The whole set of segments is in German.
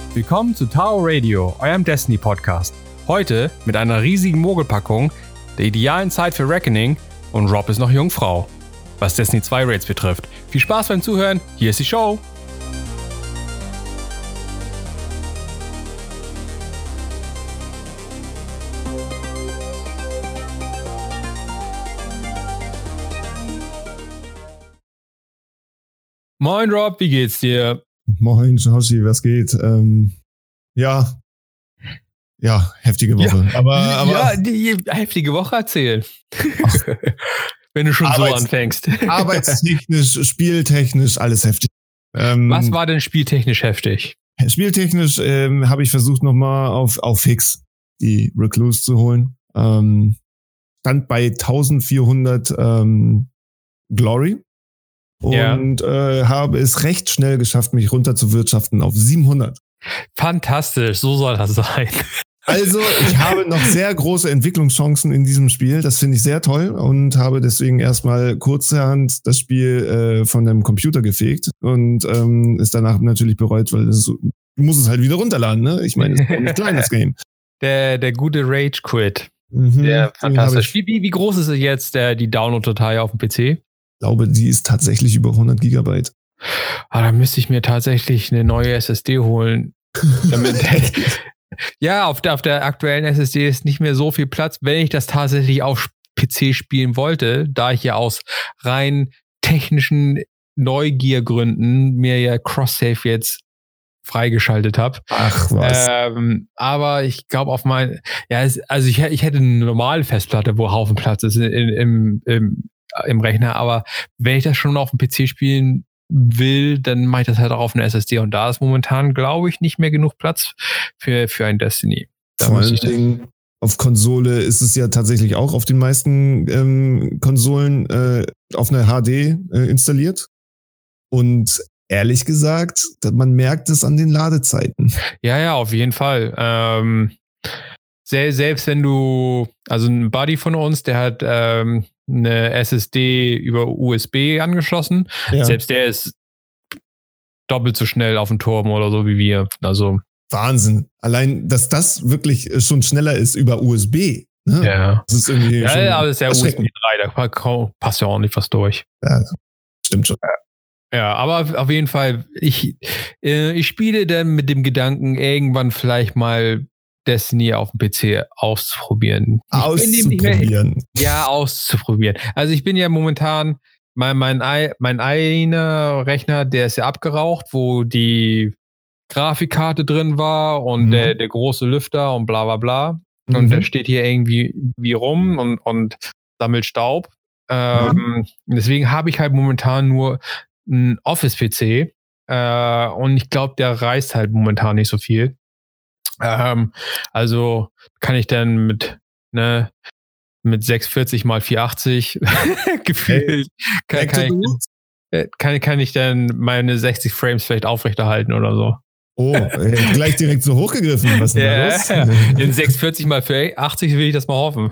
Willkommen zu Tao Radio, eurem Destiny-Podcast. Heute mit einer riesigen Mogelpackung, der idealen Zeit für Reckoning und Rob ist noch Jungfrau, was Destiny 2 Raids betrifft. Viel Spaß beim Zuhören, hier ist die Show! Moin Rob, wie geht's dir? Moin Joshi, was geht? Ja, heftige Woche. Ja, aber die heftige Woche erzählen. Wenn du schon so anfängst. Arbeitstechnisch, spieltechnisch, alles heftig. Was war denn spieltechnisch heftig? Spieltechnisch habe ich versucht nochmal auf Fix die Recluse zu holen. Stand bei 1400 Glory. Und habe es recht schnell geschafft, mich runter zu wirtschaften auf 700. Fantastisch, so soll das sein. Also ich habe noch sehr große Entwicklungschancen in diesem Spiel. Das finde ich sehr toll und habe deswegen erstmal kurzerhand das Spiel von dem Computer gefegt und ist danach natürlich bereut, weil du musst es halt wieder runterladen. Ne? Ich meine, es ist ein kleines Game. Der gute Rage Quit. Der fantastisch. Wie groß ist jetzt die Download-Datei auf dem PC? Ich glaube, die ist tatsächlich über 100 Gigabyte. Da müsste ich mir tatsächlich eine neue SSD holen. Ja, auf der aktuellen SSD ist nicht mehr so viel Platz, wenn ich das tatsächlich auf PC spielen wollte, da ich ja aus rein technischen Neugiergründen mir ja Cross-Save jetzt freigeschaltet habe. Ach was. Aber ich glaube ich hätte eine normale Festplatte, wo Haufen Platz ist im Rechner, aber wenn ich das schon auf dem PC spielen will, dann mache ich das halt auch auf einer SSD und da ist momentan, glaube ich, nicht mehr genug Platz für ein Destiny. Vor allen Dingen auf Konsole ist es ja tatsächlich auch auf den meisten Konsolen auf einer HD installiert und ehrlich gesagt, man merkt es an den Ladezeiten. Ja, auf jeden Fall. Selbst wenn also ein Buddy von uns, der hat eine SSD über USB angeschlossen. Ja. Selbst der ist doppelt so schnell auf dem Turm oder so wie wir. Also Wahnsinn. Allein, dass das wirklich schon schneller ist über USB. Ne? Ja. Das ist irgendwie aber das ist ja USB 3, da passt ja auch nicht was durch. Ja, stimmt schon. Ja, aber auf jeden Fall, ich spiele dann mit dem Gedanken, irgendwann vielleicht mal Destiny auf dem PC auszuprobieren. Auszuprobieren. Also ich bin ja momentan, mein einer Rechner, der ist ja abgeraucht, wo die Grafikkarte drin war und der große Lüfter und bla bla bla. Und der steht hier irgendwie rum und sammelt Staub. Deswegen habe ich halt momentan nur einen Office-PC und ich glaube, der reißt halt momentan nicht so viel. Also kann ich dann mit 640 mal 480 gefühlt kann ich dann meine 60 Frames vielleicht aufrechterhalten oder so. Oh, gleich direkt so hochgegriffen. Was ist denn da los? In 640 mal 480 will ich das mal hoffen.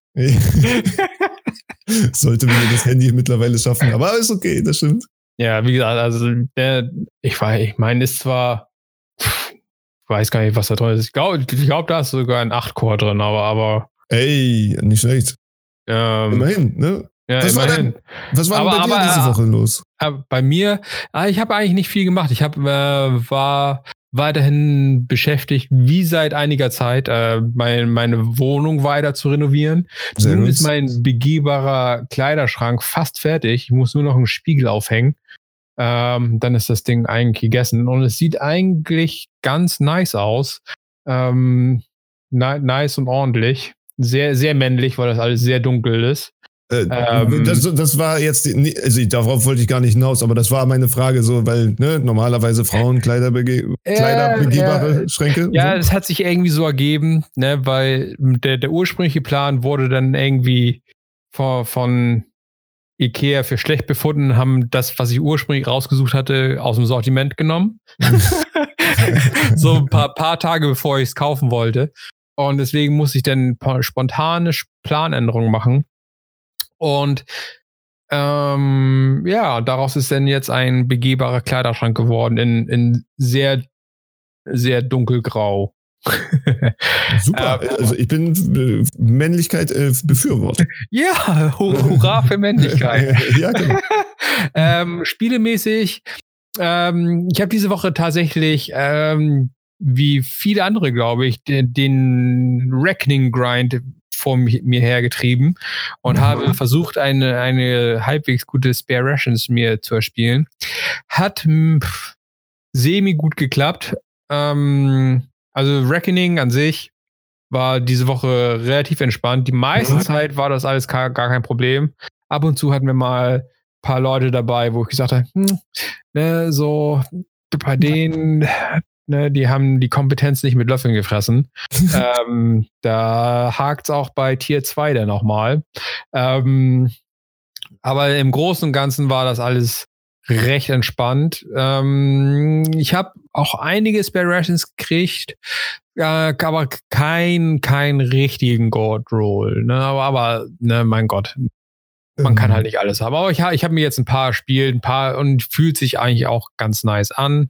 Sollte mir das Handy mittlerweile schaffen, aber ist okay, das stimmt. Ja, wie gesagt, also ich meine, ist zwar ich weiß gar nicht, was da drin ist. Ich glaube, da ist sogar ein 8-Core drin, aber ey, nicht schlecht. Immerhin, ne? Ja, was war denn bei dir diese Woche los? Bei mir, ich habe eigentlich nicht viel gemacht. Ich war weiterhin beschäftigt, wie seit einiger Zeit, meine Wohnung weiter zu renovieren. Nun ist mein begehbarer Kleiderschrank fast fertig. Ich muss nur noch einen Spiegel aufhängen. Dann ist das Ding eigentlich gegessen und es sieht eigentlich ganz nice aus. Nice und ordentlich. Sehr, sehr männlich, weil das alles sehr dunkel ist. Das war jetzt, also darauf wollte ich gar nicht hinaus, aber das war meine Frage so, weil normalerweise Frauen kleiderbegehbare Schränke. Ja, es hat sich irgendwie so ergeben, weil der ursprüngliche Plan wurde dann irgendwie von Ikea für schlecht befunden, haben das, was ich ursprünglich rausgesucht hatte, aus dem Sortiment genommen. So ein paar Tage, bevor ich es kaufen wollte. Und deswegen musste ich dann spontane Planänderungen machen. Und daraus ist dann jetzt ein begehbarer Kleiderschrank geworden in sehr sehr dunkelgrau. Super, also ich bin Männlichkeit befürwortet. Ja, hurra für Männlichkeit. Ja, genau. Spielemäßig, ich habe diese Woche tatsächlich, wie viele andere, glaube ich, den Reckoning-Grind vor mir hergetrieben und habe versucht, eine halbwegs gute Spare Rations mir zu erspielen. Hat semi gut geklappt. Also Reckoning an sich war diese Woche relativ entspannt. Die meiste Zeit war das alles gar kein Problem. Ab und zu hatten wir mal ein paar Leute dabei, wo ich gesagt habe, ne, so bei denen, ne, die haben die Kompetenz nicht mit Löffeln gefressen. Da hakt es auch bei Tier 2 dann nochmal. Aber im Großen und Ganzen war das alles recht entspannt. Ich habe auch einige Spare Rations gekriegt, aber keinen richtigen God Roll. Ne? Aber ne, mein Gott, man kann halt nicht alles haben. Aber ich hab mir jetzt ein paar gespielt, und fühlt sich eigentlich auch ganz nice an.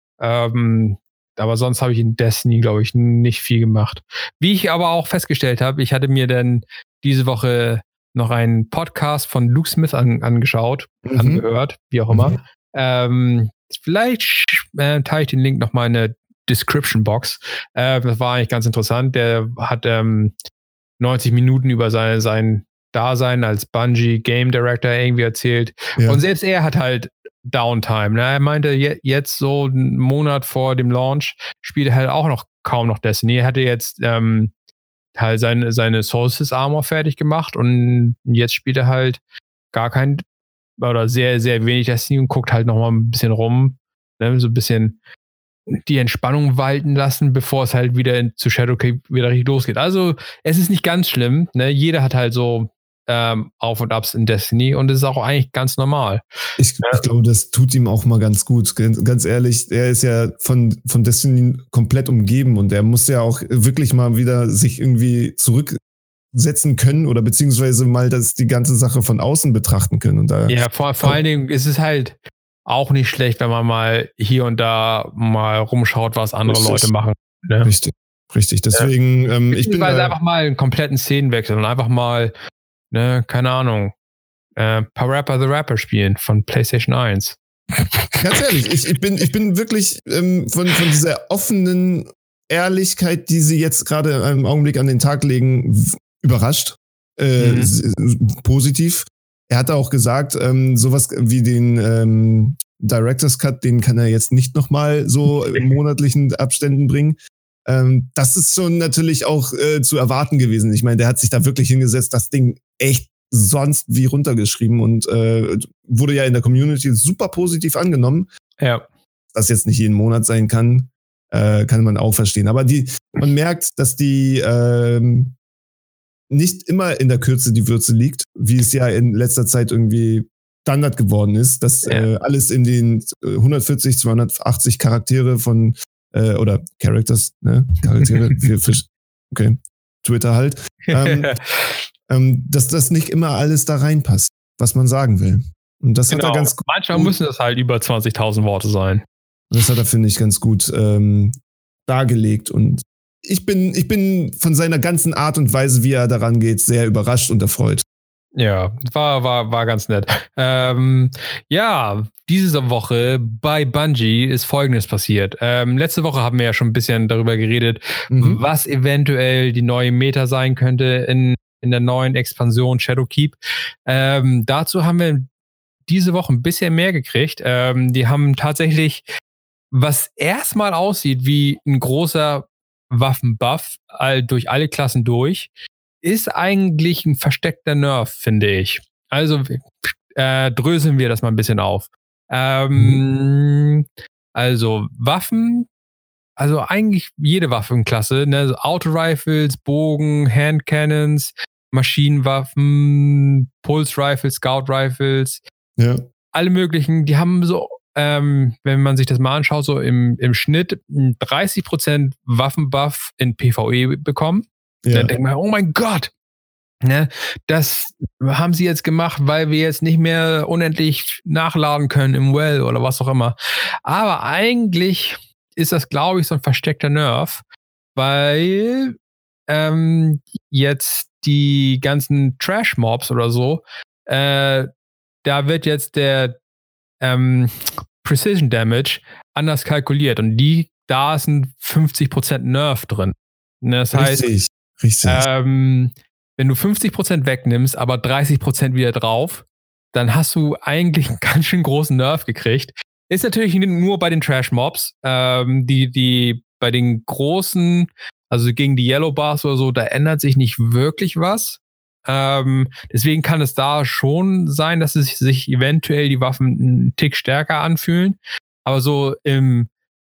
Aber sonst habe ich in Destiny, glaube ich, nicht viel gemacht. Wie ich aber auch festgestellt habe, ich hatte mir dann diese Woche noch einen Podcast von Luke Smith angehört, wie auch immer. Vielleicht teile ich den Link nochmal in der Description Box. Das war eigentlich ganz interessant. Der hat 90 Minuten über sein Dasein als Bungie Game Director irgendwie erzählt. Ja. Und selbst er hat halt Downtime. Ne? Er meinte, jetzt so einen Monat vor dem Launch spielt er halt auch noch kaum noch Destiny. Er hatte jetzt halt seine Sources Armor fertig gemacht und jetzt spielt er halt gar kein oder sehr, sehr wenig Destiny und guckt halt nochmal ein bisschen rum, ne? So ein bisschen die Entspannung walten lassen, bevor es halt wieder zu Shadowkeep wieder richtig losgeht. Also es ist nicht ganz schlimm, ne? Jeder hat halt so Auf und Abs in Destiny und es ist auch eigentlich ganz normal. Ich glaube, das tut ihm auch mal ganz gut. Ganz ehrlich, er ist ja von Destiny komplett umgeben und er muss ja auch wirklich mal wieder sich irgendwie zurücksetzen können oder beziehungsweise mal die ganze Sache von außen betrachten können. Und da ja, vor allen Dingen ist es halt auch nicht schlecht, wenn man mal hier und da mal rumschaut, was andere Leute machen. Ne? Richtig. Deswegen, ich bin einfach mal einen kompletten Szenenwechsel und einfach mal, ne, keine Ahnung, Parappa the Rapper spielen von PlayStation 1. Ganz ehrlich, ich bin wirklich von dieser offenen Ehrlichkeit, die sie jetzt gerade im Augenblick an den Tag legen, überrascht. Positiv. Er hat auch gesagt, sowas wie den Director's Cut, den kann er jetzt nicht nochmal so in monatlichen Abständen bringen. Das ist schon natürlich auch zu erwarten gewesen. Ich meine, der hat sich da wirklich hingesetzt, das Ding echt sonst wie runtergeschrieben und wurde ja in der Community super positiv angenommen. Ja. Das jetzt nicht jeden Monat sein kann, kann man auch verstehen. Aber man merkt, dass die nicht immer in der Kürze die Würze liegt, wie es ja in letzter Zeit irgendwie Standard geworden ist, dass alles in den 140, 280 Charaktere von oder Characters, ne? Charaktere für okay, Twitter halt, dass das nicht immer alles da reinpasst, was man sagen will. Und das hat er ganz gut. Manchmal müssen das halt über 20.000 Worte sein. Das hat er, finde ich, ganz gut dargelegt. Und ich bin von seiner ganzen Art und Weise, wie er daran geht, sehr überrascht und erfreut. Ja, war ganz nett. Ja, diese Woche bei Bungie ist Folgendes passiert. Letzte Woche haben wir ja schon ein bisschen darüber geredet, was eventuell die neue Meta sein könnte in der neuen Expansion Shadowkeep. Dazu haben wir diese Woche ein bisschen mehr gekriegt. Die haben tatsächlich, was erstmal aussieht wie ein großer Waffenbuff durch alle Klassen durch, ist eigentlich ein versteckter Nerf, finde ich. Also dröseln wir das mal ein bisschen auf. Also Waffen, also eigentlich jede Waffenklasse, ne? Also Auto-Rifles, Bogen, Handcannons, Maschinenwaffen, Pulse-Rifles, Scout-Rifles, alle möglichen, die haben so, wenn man sich das mal anschaut, so im Schnitt 30% Waffenbuff in PvE bekommen. Ja. Dann denkt man, oh mein Gott, ne, das haben sie jetzt gemacht, weil wir jetzt nicht mehr unendlich nachladen können im Well oder was auch immer. Aber eigentlich ist das, glaube ich, so ein versteckter Nerf, weil jetzt die ganzen Trash-Mobs oder so, da wird jetzt der Precision Damage anders kalkuliert und da ist ein 50% Nerf drin. Das heißt, richtig. Wenn du 50% wegnimmst, aber 30% wieder drauf, dann hast du eigentlich einen ganz schön großen Nerf gekriegt. Ist natürlich nur bei den Trash-Mobs, die bei den großen, also gegen die Yellow Bars oder so, da ändert sich nicht wirklich was. Deswegen kann es da schon sein, dass es sich eventuell die Waffen einen Tick stärker anfühlen. Aber so in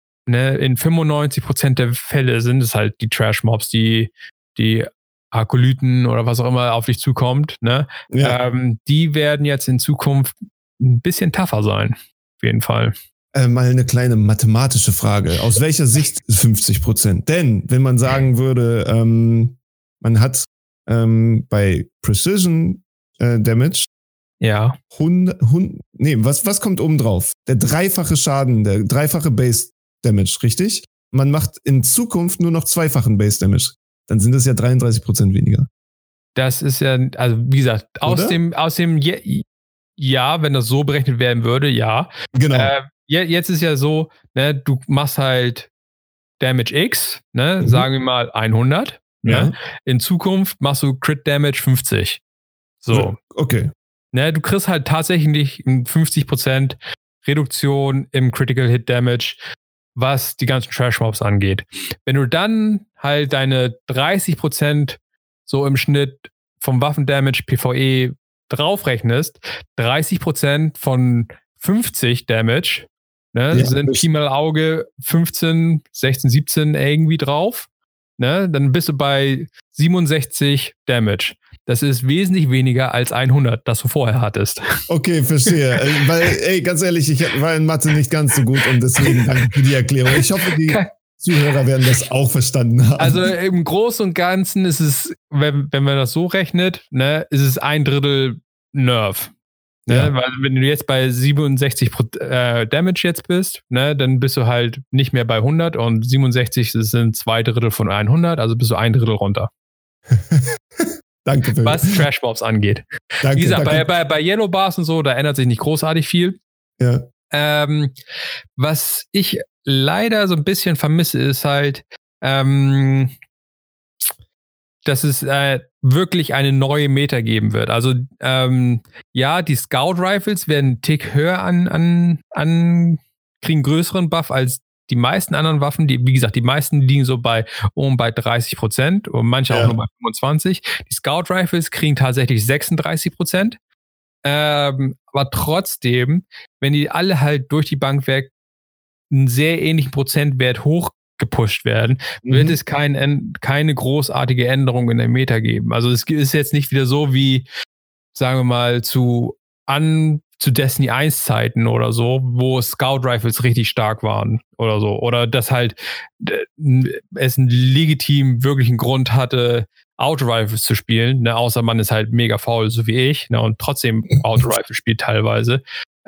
95% der Fälle sind es halt die Trash-Mobs, die Akolyten oder was auch immer auf dich zukommt. Ne? Ja. Die werden jetzt in Zukunft ein bisschen tougher sein. Auf jeden Fall. Mal eine kleine mathematische Frage. Aus welcher Sicht 50%? Denn wenn man sagen würde, man hat bei Precision Damage was kommt oben drauf? Der dreifache Schaden, der dreifache Base Damage, richtig? Man macht in Zukunft nur noch zweifachen Base Damage. Dann sind es ja 33% weniger. Das ist ja, also wie gesagt, aus dem ja, wenn das so berechnet werden würde, ja. Genau. Jetzt ist ja so, ne, du machst halt Damage X, ne, sagen wir mal 100. Ja. Ne? In Zukunft machst du Crit Damage 50. So. Okay. Ne, du kriegst halt tatsächlich 50% Reduktion im Critical Hit Damage, was die ganzen Trash-Mobs angeht. Wenn du dann halt deine 30% so im Schnitt vom Waffendamage PvE draufrechnest, 30% von 50 Damage, ne, sind Pi mal Auge 15, 16, 17 irgendwie drauf. Ne, dann bist du bei 67 Damage. Das ist wesentlich weniger als 100, das du vorher hattest. Okay, verstehe. Weil, ganz ehrlich, ich war in Mathe nicht ganz so gut und deswegen danke für die Erklärung. Ich hoffe, die Zuhörer werden das auch verstanden haben. Also im Großen und Ganzen ist es, wenn man das so rechnet, ne, ist es 1/3 Nerf. Ne? Ja. Weil wenn du jetzt bei 67 Damage jetzt bist, ne, dann bist du halt nicht mehr bei 100 und 67 sind 2/3 von 100, also bist du 1/3 runter. Danke. Was Trash-Mobs angeht. Danke, wie gesagt, bei Yellow Bars und so, da ändert sich nicht großartig viel. Ja. Was ich leider so ein bisschen vermisse, ist halt, dass es wirklich eine neue Meta geben wird. Also ja, die Scout Rifles werden einen Tick höher kriegen einen größeren Buff als die meisten anderen Waffen. Wie gesagt, die meisten liegen so bei 30% und manche auch nur bei 25%. Die Scout Rifles kriegen tatsächlich 36%. Aber trotzdem, wenn die alle halt durch die Bank weg einen sehr ähnlichen Prozentwert hochgepusht werden, wird es keine großartige Änderung in der Meta geben. Also es ist jetzt nicht wieder so wie, sagen wir mal, zu Destiny 1 Zeiten oder so, wo Scout Rifles richtig stark waren oder so. Oder dass halt es einen legitim wirklichen Grund hatte, Auto Rifles zu spielen, ne, außer man ist halt mega faul, so wie ich, ne, und trotzdem Auto Rifle spielt teilweise.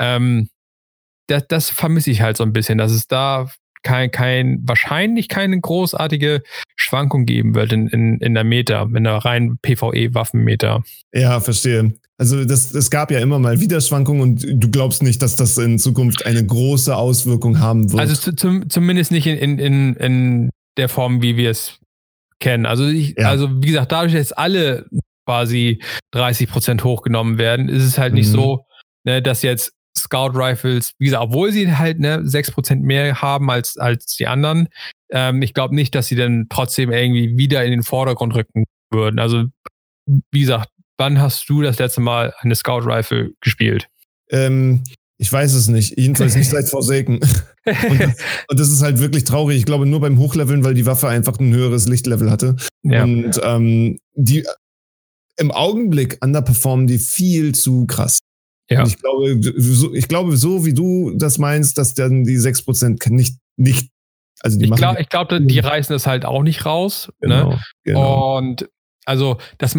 Das vermisse ich halt so ein bisschen, dass es da wahrscheinlich keine großartige Schwankung geben wird in der Meta, in der reinen PvE-Waffen-Meta. Ja, verstehe. Also es gab ja immer mal wieder Schwankungen und du glaubst nicht, dass das in Zukunft eine große Auswirkung haben wird. Also zumindest nicht in der Form, wie wir es kennen. Also also wie gesagt, dadurch, dass alle quasi 30% hochgenommen werden, ist es halt nicht so, ne, dass jetzt Scout Rifles, wie gesagt, obwohl sie halt 6% mehr haben als die anderen, ich glaube nicht, dass sie dann trotzdem irgendwie wieder in den Vordergrund rücken würden. Also wie gesagt, wann hast du das letzte Mal eine Scout Rifle gespielt? Ich weiß es nicht. Jedenfalls nicht seit Forsaken. und das ist halt wirklich traurig. Ich glaube nur beim Hochleveln, weil die Waffe einfach ein höheres Lichtlevel hatte. Ja. Und die im Augenblick underperformen die viel zu krass. Ja. Und ich glaube, so wie du das meinst, dass dann die 6% nicht also die ich glaube, die reißen das halt auch nicht raus. Genau, ne? Genau. Und also, es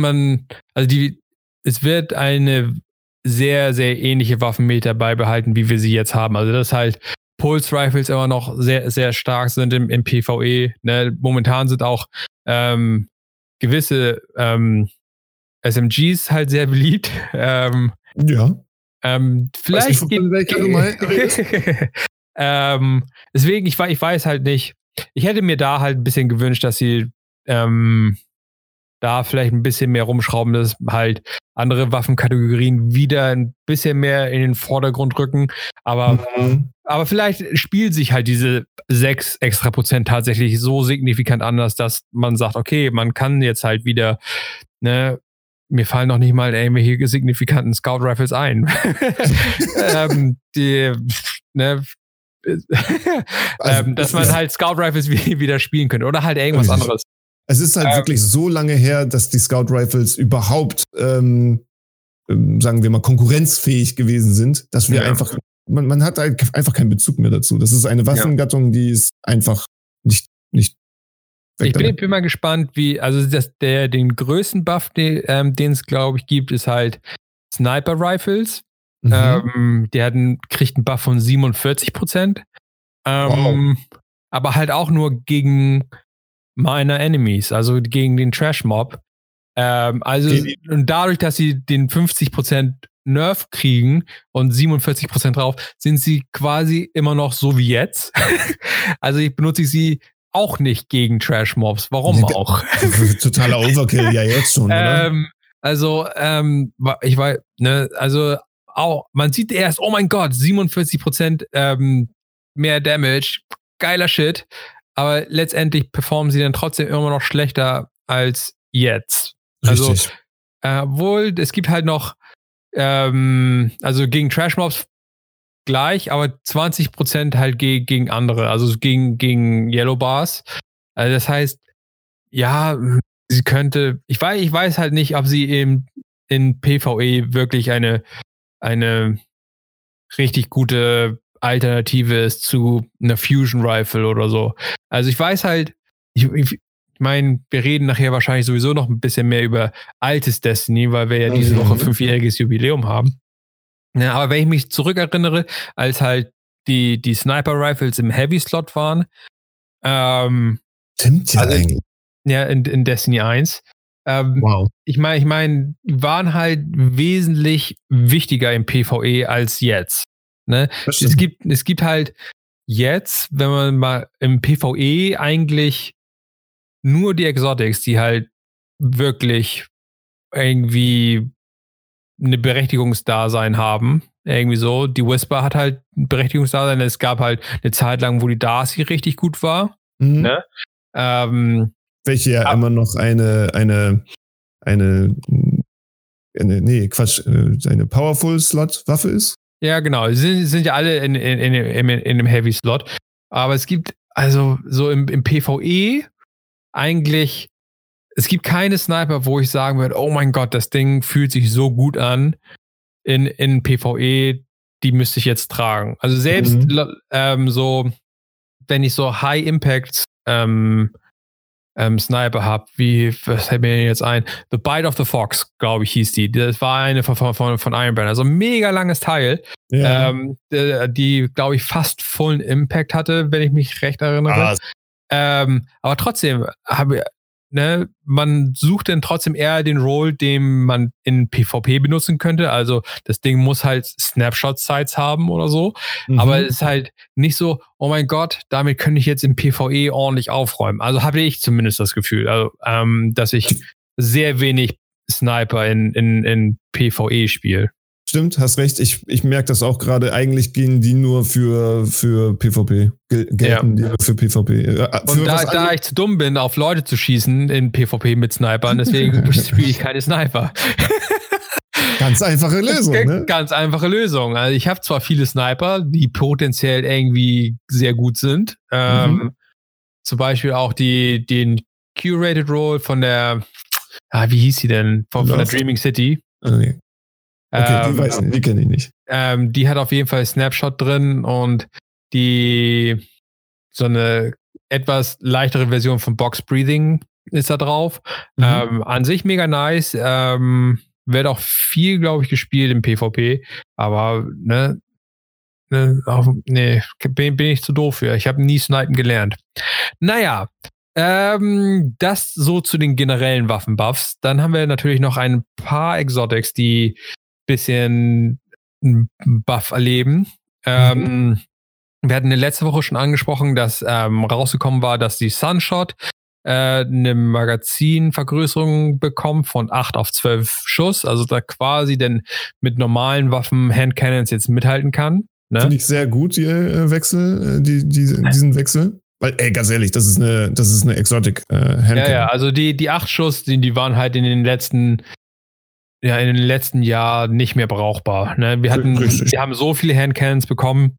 wird eine sehr, sehr ähnliche Waffenmeta beibehalten, wie wir sie jetzt haben. Also, dass halt Pulse Rifles immer noch sehr, sehr stark sind im PvE. Ne? Momentan sind auch gewisse SMGs halt sehr beliebt. Ja. Vielleicht weiß nicht, welcher du meinst. deswegen, ich weiß halt nicht. Ich hätte mir da halt ein bisschen gewünscht, dass sie da vielleicht ein bisschen mehr rumschrauben, dass halt andere Waffenkategorien wieder ein bisschen mehr in den Vordergrund rücken. Aber vielleicht spielt sich halt diese 6 extra Prozent tatsächlich so signifikant anders, dass man sagt, okay, man kann jetzt halt wieder, ne, mir fallen noch nicht mal irgendwelche signifikanten Scout Rifles ein. Dass man halt Scout Rifles wieder spielen könnte oder halt irgendwas anderes. Es ist halt wirklich so lange her, dass die Scout Rifles überhaupt, sagen wir mal, konkurrenzfähig gewesen sind, dass wir einfach, man hat halt einfach keinen Bezug mehr dazu. Das ist eine Waffengattung, die ist einfach nicht ich bin mal gespannt, den größten Buff, den es, glaube ich, gibt, ist halt Sniper Rifles. Die kriegt einen Buff von 47%. Aber halt auch nur gegen Minor Enemies, also gegen den Trash-Mob. Und dadurch, dass sie den 50% Nerf kriegen und 47% drauf, sind sie quasi immer noch so wie jetzt. Also benutze ich sie auch nicht gegen Trash-Mobs. Warum auch? Totaler Overkill, ja jetzt schon, oder? Ich weiß, ne, also auch, man sieht erst, oh mein Gott, 47% mehr Damage, geiler Shit, aber letztendlich performen sie dann trotzdem immer noch schlechter als jetzt. Richtig. Also, es gibt halt noch, also gegen Trash-Mobs gleich, aber 20% halt gegen andere, also gegen Yellow Bars. Also das heißt, ja, sie könnte, ich weiß halt nicht, ob sie in PvE wirklich eine richtig gute Alternative ist zu einer Fusion Rifle oder so. Also ich weiß halt, ich meine, wir reden nachher wahrscheinlich sowieso noch ein bisschen mehr über altes Destiny, weil wir ja diese Woche 5-jähriges Jubiläum haben. Ja, aber wenn ich mich zurückerinnere, als halt die Sniper Rifles im Heavy Slot waren, stimmt ja eigentlich. Ja, in Destiny 1. Wow. Ich meine, waren halt wesentlich wichtiger im PvE als jetzt. Ne? Es gibt halt jetzt, wenn man mal im PvE eigentlich nur die Exotics, die halt wirklich irgendwie eine Berechtigungsdasein haben. Irgendwie so. Die Whisper hat halt ein Berechtigungsdasein. Es gab halt eine Zeit lang, wo die Darcy richtig gut war. Ne? Welche ja immer noch eine Powerful Slot Waffe ist. Ja, genau. Sie sind ja alle in dem Heavy Slot. Aber es gibt also so im PvE eigentlich, es gibt keine Sniper, wo ich sagen würde, oh mein Gott, das Ding fühlt sich so gut an in PvE, die müsste ich jetzt tragen. Also selbst so, wenn ich so High Impact Sniper habe, was fällt mir denn jetzt ein? The Bite of the Fox, glaube ich, hieß die. Das war eine von Iron Band. Also ein mega langes Teil, die, glaube ich, fast vollen Impact hatte, wenn ich mich recht erinnere. Aber trotzdem man sucht dann trotzdem eher den Roll, den man in PvP benutzen könnte. Also das Ding muss halt Snapshot-Sites haben oder so. Aber es ist halt nicht so, oh mein Gott, damit könnte ich jetzt im PvE ordentlich aufräumen. Also habe ich zumindest das Gefühl, also, dass ich sehr wenig Sniper in PvE spiele. Stimmt, hast recht. Ich merke das auch gerade. Eigentlich gehen die nur für PvP. Gelten die nur für PvP. Und da ich zu dumm bin, auf Leute zu schießen in PvP mit Snipern, deswegen spiele ich keine Sniper. Ganz einfache Lösung, ne? Ganz einfache Lösung. Also ich habe zwar viele Sniper, die potenziell irgendwie sehr gut sind. Zum Beispiel auch den Curated Roll von der, wie hieß sie denn? Von der Dreaming City. Okay, die kenne ich nicht. Die hat auf jeden Fall Snapshot drin und so eine etwas leichtere Version von Box Breathing ist da drauf. An sich mega nice. Wird auch viel, glaube ich, gespielt im PvP. Aber, ne, Nee, bin ich zu doof für. Ich habe nie snipen gelernt. Naja, das so zu den generellen Waffenbuffs. Dann haben wir natürlich noch ein paar Exotics, die ein bisschen einen Buff erleben. Wir hatten letzte Woche schon angesprochen, dass rausgekommen war, dass die Sunshot eine Magazinvergrößerung bekommt von 8 auf 12 Schuss. Also da quasi denn mit normalen Waffen Handcannons jetzt mithalten kann. Ne? Finde ich sehr gut, die Wechsel, diesen Wechsel. Weil, ganz ehrlich, das ist eine Exotic Handcannon. Ja, also die 8 Schuss, die waren halt in den letzten Jahren nicht mehr brauchbar. Ne? Wir haben so viele Handcannons bekommen.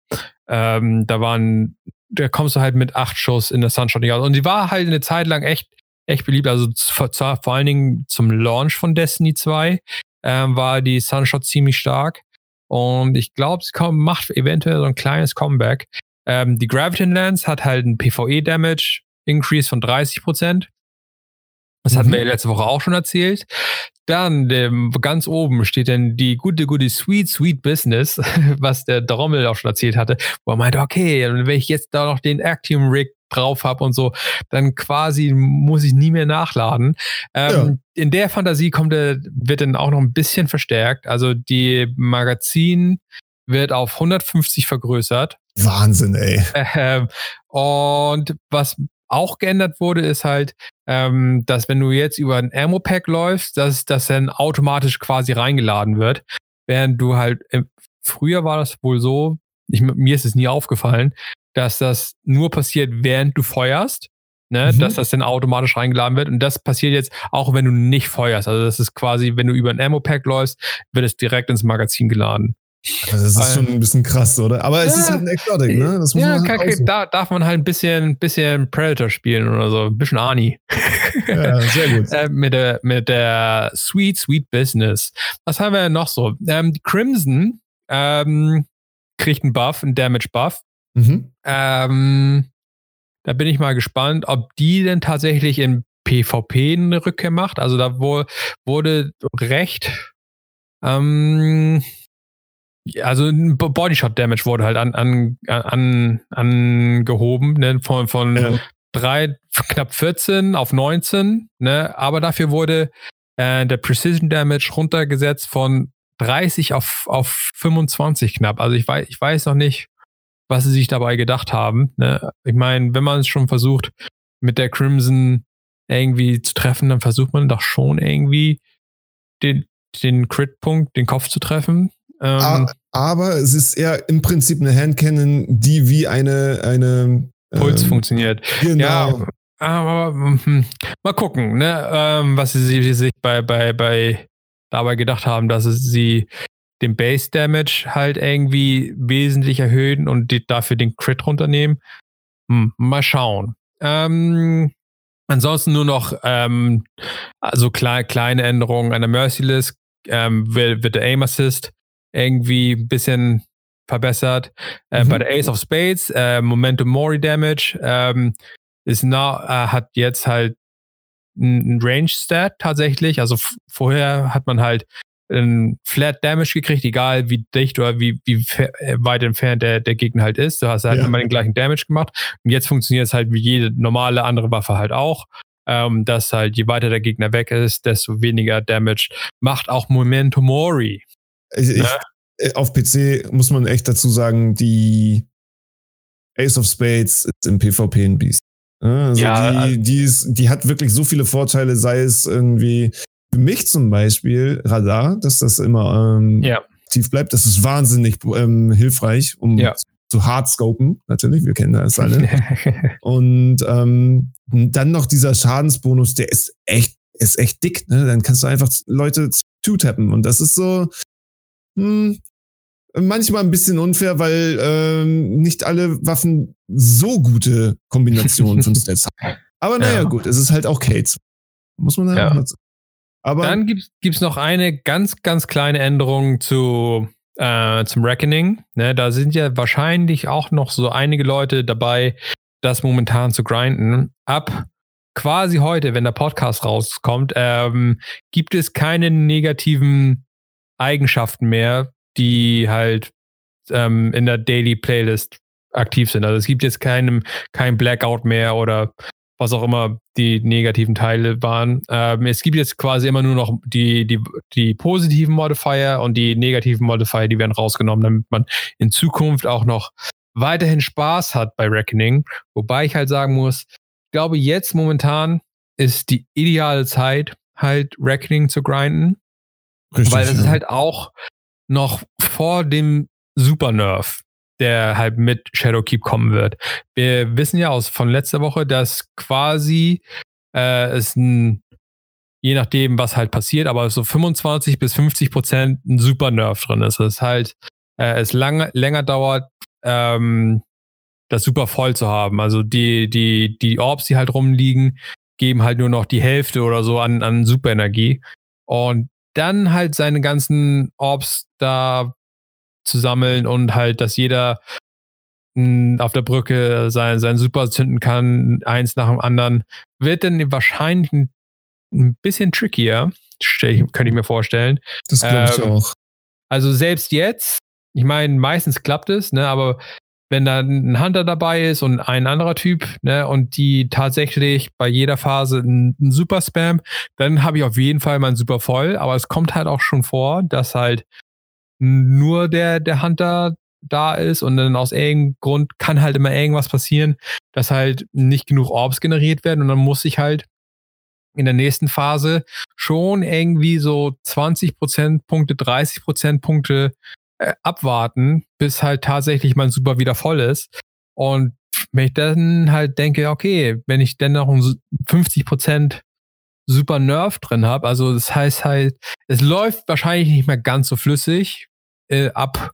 Da kommst du halt mit 8 Schuss in der Sunshot nicht aus. Und die war halt eine Zeit lang echt beliebt. Also vor allen Dingen zum Launch von Destiny 2 war die Sunshot ziemlich stark. Und ich glaube, sie macht eventuell so ein kleines Comeback. Die Graviton Lance hat halt einen PvE-Damage Increase von 30%. Das hatten wir letzte Woche auch schon erzählt. Dann ganz oben steht dann die gute Sweet Business, was der Drommel auch schon erzählt hatte, wo er meinte, okay, wenn ich jetzt da noch den Actium Rig drauf habe und so, dann quasi muss ich nie mehr nachladen. In der Fantasie wird dann auch noch ein bisschen verstärkt. Also die Magazin wird auf 150 vergrößert. Wahnsinn, ey. Und was auch geändert wurde, ist halt, dass wenn du jetzt über ein Ammo-Pack läufst, dass das dann automatisch quasi reingeladen wird. Während du halt, früher war das wohl so, mir ist es nie aufgefallen, dass das nur passiert, während du feuerst, ne? Dass das dann automatisch reingeladen wird. Und das passiert jetzt auch, wenn du nicht feuerst. Also das ist quasi, wenn du über ein Ammo-Pack läufst, wird es direkt ins Magazin geladen. Also das ist schon ein bisschen krass, oder? Aber es ist halt ein Exotic, ne? Das muss man halt da darf man halt ein bisschen Predator spielen oder so. Ein bisschen Arnie. Ja, sehr gut. Mit der Sweet Business. Was haben wir noch so? Die Crimson kriegt einen Buff, einen Damage-Buff. Da bin ich mal gespannt, ob die denn tatsächlich in PvP eine Rückkehr macht. Also da wurde recht also ein Bodyshot-Damage wurde halt angehoben, ne? Von knapp 14 auf 19, ne? Aber dafür wurde der Precision Damage runtergesetzt von 30 auf 25 knapp. Also ich weiß noch nicht, was sie sich dabei gedacht haben. Ne? Ich meine, wenn man es schon versucht, mit der Crimson irgendwie zu treffen, dann versucht man doch schon irgendwie den Crit-Punkt, den Kopf zu treffen. Aber es ist eher im Prinzip eine Handcannon, die wie eine Puls funktioniert. Genau. Ja, aber mal gucken, ne? Was sie sich dabei gedacht haben, dass sie den Base Damage halt irgendwie wesentlich erhöhen und dafür den Crit runternehmen. Mal schauen. Ansonsten nur noch also kleine Änderungen an der Merciless wird der Aim Assist irgendwie ein bisschen verbessert. Bei der Ace of Spades, Momentum Mori Damage, hat jetzt halt ein Range-Stat tatsächlich. Also vorher hat man halt ein Flat Damage gekriegt, egal wie dicht oder wie weit entfernt der Gegner halt ist. Du hast halt immer den gleichen Damage gemacht. Und jetzt funktioniert es halt wie jede normale andere Waffe halt auch. Dass halt, je weiter der Gegner weg ist, desto weniger Damage macht auch Momentum Mori. Auf PC muss man echt dazu sagen, die Ace of Spades ist im PvP ein Biest. Also die hat wirklich so viele Vorteile, sei es irgendwie für mich zum Beispiel Radar, dass das immer tief bleibt. Das ist wahnsinnig hilfreich, um zu hardscopen, natürlich, wir kennen das alle. Und dann noch dieser Schadensbonus, der ist echt dick, ne? Dann kannst du einfach Leute two-tappen und das ist so manchmal ein bisschen unfair, weil nicht alle Waffen so gute Kombinationen von Stats haben. Aber naja, gut, es ist halt auch Kates. Muss man halt auch nutzen. Aber dann gibt's noch eine ganz, ganz kleine Änderung zum Reckoning. Ne, da sind ja wahrscheinlich auch noch so einige Leute dabei, das momentan zu grinden. Ab quasi heute, wenn der Podcast rauskommt, gibt es keine negativen Eigenschaften mehr, die halt in der Daily Playlist aktiv sind. Also es gibt jetzt kein Blackout mehr oder was auch immer die negativen Teile waren. Es gibt jetzt quasi immer nur noch die positiven Modifier und die negativen Modifier, die werden rausgenommen, damit man in Zukunft auch noch weiterhin Spaß hat bei Reckoning. Wobei ich halt sagen muss, ich glaube jetzt momentan ist die ideale Zeit, halt Reckoning zu grinden. Richtig, weil es ist halt auch noch vor dem Super Nerf, der halt mit Shadowkeep kommen wird. Wir wissen ja von letzter Woche, dass quasi es je nachdem, was halt passiert, aber so 25-50% ein Super Nerf drin ist. Das halt es länger dauert, das super voll zu haben. Also die Orbs, die halt rumliegen, geben halt nur noch die Hälfte oder so an Superenergie. Und dann halt seine ganzen Orbs da zu sammeln und halt, dass jeder auf der Brücke sein Super zünden kann, eins nach dem anderen, wird dann wahrscheinlich ein bisschen trickier, könnte ich mir vorstellen. Das glaube ich auch. Also selbst jetzt, ich meine, meistens klappt es, ne, aber wenn da ein Hunter dabei ist und ein anderer Typ, ne, und die tatsächlich bei jeder Phase ein Super Spam, dann habe ich auf jeden Fall mein Super voll, aber es kommt halt auch schon vor, dass halt nur der Hunter da ist und dann aus irgendeinem Grund kann halt immer irgendwas passieren, dass halt nicht genug Orbs generiert werden und dann muss ich halt in der nächsten Phase schon irgendwie so 20% Punkte, 30% Punkte abwarten, bis halt tatsächlich mein Super wieder voll ist. Und wenn ich dann halt denke, okay, wenn ich dann noch 50% Super Nerf drin habe, also das heißt halt, es läuft wahrscheinlich nicht mehr ganz so flüssig ab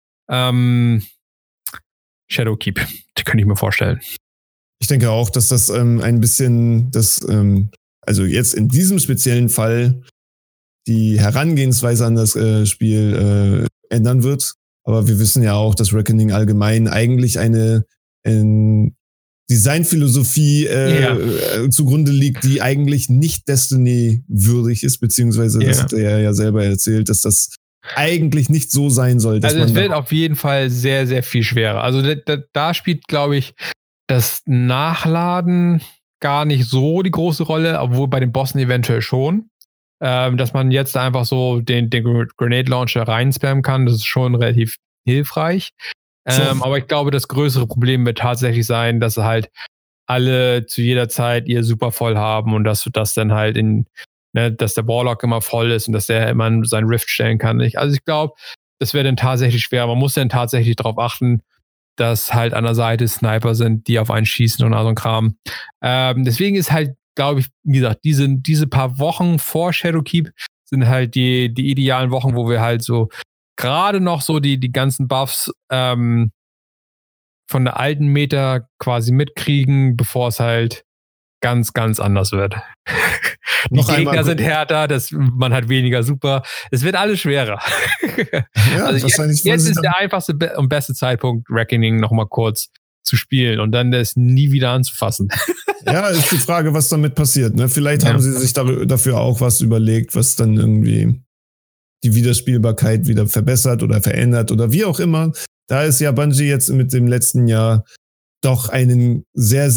Shadowkeep. Das könnte ich mir vorstellen. Ich denke auch, dass das ein bisschen also jetzt in diesem speziellen Fall die Herangehensweise an das Spiel ändern wird. Aber wir wissen ja auch, dass Reckoning allgemein eigentlich eine Designphilosophie zugrunde liegt, die eigentlich nicht Destiny würdig ist, beziehungsweise das hat er ja selber erzählt, dass das eigentlich nicht so sein soll. Also es wird auf jeden Fall sehr, sehr viel schwerer. Also da spielt, glaube ich, das Nachladen gar nicht so die große Rolle, obwohl bei den Bossen eventuell schon. Dass man jetzt einfach so den Grenade Launcher reinspammen kann, das ist schon relativ hilfreich. Aber ich glaube, das größere Problem wird tatsächlich sein, dass halt alle zu jeder Zeit ihr Super voll haben und dass das dann halt dass der Warlock immer voll ist und dass der immer seinen Rift stellen kann. Also ich glaube, das wäre dann tatsächlich schwer. Man muss dann tatsächlich darauf achten, dass halt an der Seite Sniper sind, die auf einen schießen und all so ein Kram. Deswegen ist halt, glaube ich, wie gesagt, diese paar Wochen vor Shadowkeep sind halt die idealen Wochen, wo wir halt so gerade noch so die ganzen Buffs von der alten Meta quasi mitkriegen, bevor es halt ganz, ganz anders wird. Die Gegner sind härter, man hat weniger Super. Es wird alles schwerer. Ja, also jetzt ist der einfachste und beste Zeitpunkt, Reckoning nochmal kurz zu spielen und dann das nie wieder anzufassen. Ja, ist die Frage, was damit passiert. Ne? Vielleicht haben sie sich dafür auch was überlegt, was dann irgendwie die Wiederspielbarkeit wieder verbessert oder verändert oder wie auch immer. Da ist ja Bungie jetzt mit dem letzten Jahr doch ein sehr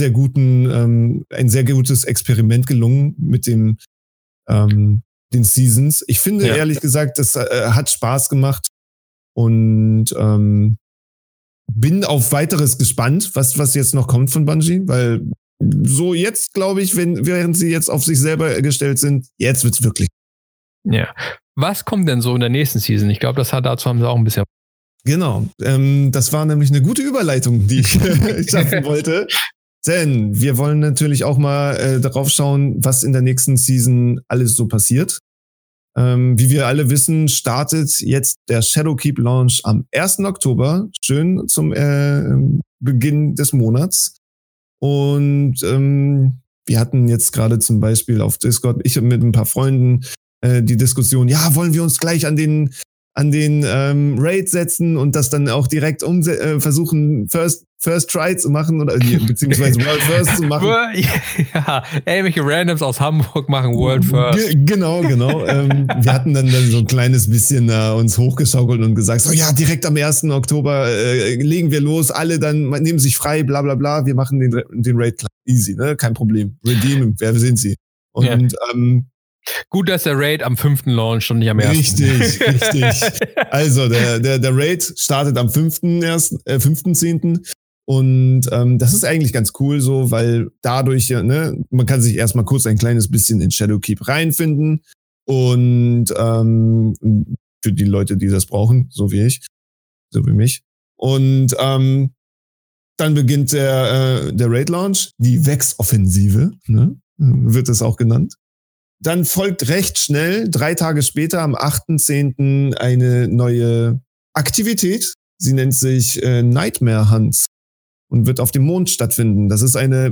gutes Experiment gelungen mit den Seasons. Ich finde ehrlich gesagt, das hat Spaß gemacht und bin auf weiteres gespannt, was jetzt noch kommt von Bungie, weil so jetzt, glaube ich, während sie jetzt auf sich selber gestellt sind, jetzt wird's wirklich. Ja. Was kommt denn so in der nächsten Season? Ich glaube, dazu haben sie auch ein bisschen. Genau. Das war nämlich eine gute Überleitung, die ich schaffen wollte. Denn wir wollen natürlich auch mal darauf schauen, was in der nächsten Season alles so passiert. Wie wir alle wissen, startet jetzt der Shadowkeep Launch am 1. Oktober, schön zum Beginn des Monats. Und wir hatten jetzt gerade zum Beispiel auf Discord, ich mit ein paar Freunden, die Diskussion, ja, wollen wir uns gleich an den an den Raid setzen und das dann auch direkt versuchen, First Try zu machen oder beziehungsweise World First zu machen. Ja, irgendwelche Randoms aus Hamburg machen World First. Genau. Wir hatten dann so ein kleines bisschen uns hochgeschaukelt und gesagt, so ja, direkt am 1. Oktober legen wir los, alle dann nehmen sich frei, bla bla bla, wir machen den Raid easy, ne? Kein Problem. Redeem, wer sind sie? Und gut, dass der Raid am 5. launcht und nicht am 1. Richtig. Also der Raid startet am 5.10. Und das ist eigentlich ganz cool so, weil dadurch, man kann sich erstmal kurz ein kleines bisschen in Shadowkeep reinfinden. Und für die Leute, die das brauchen, so wie mich. Und dann beginnt der Raid-Launch, die Vex-Offensive, ne? Wird es auch genannt. Dann folgt recht schnell, 3 Tage später, am 8.10. eine neue Aktivität. Sie nennt sich Nightmare Hunts und wird auf dem Mond stattfinden. Das ist eine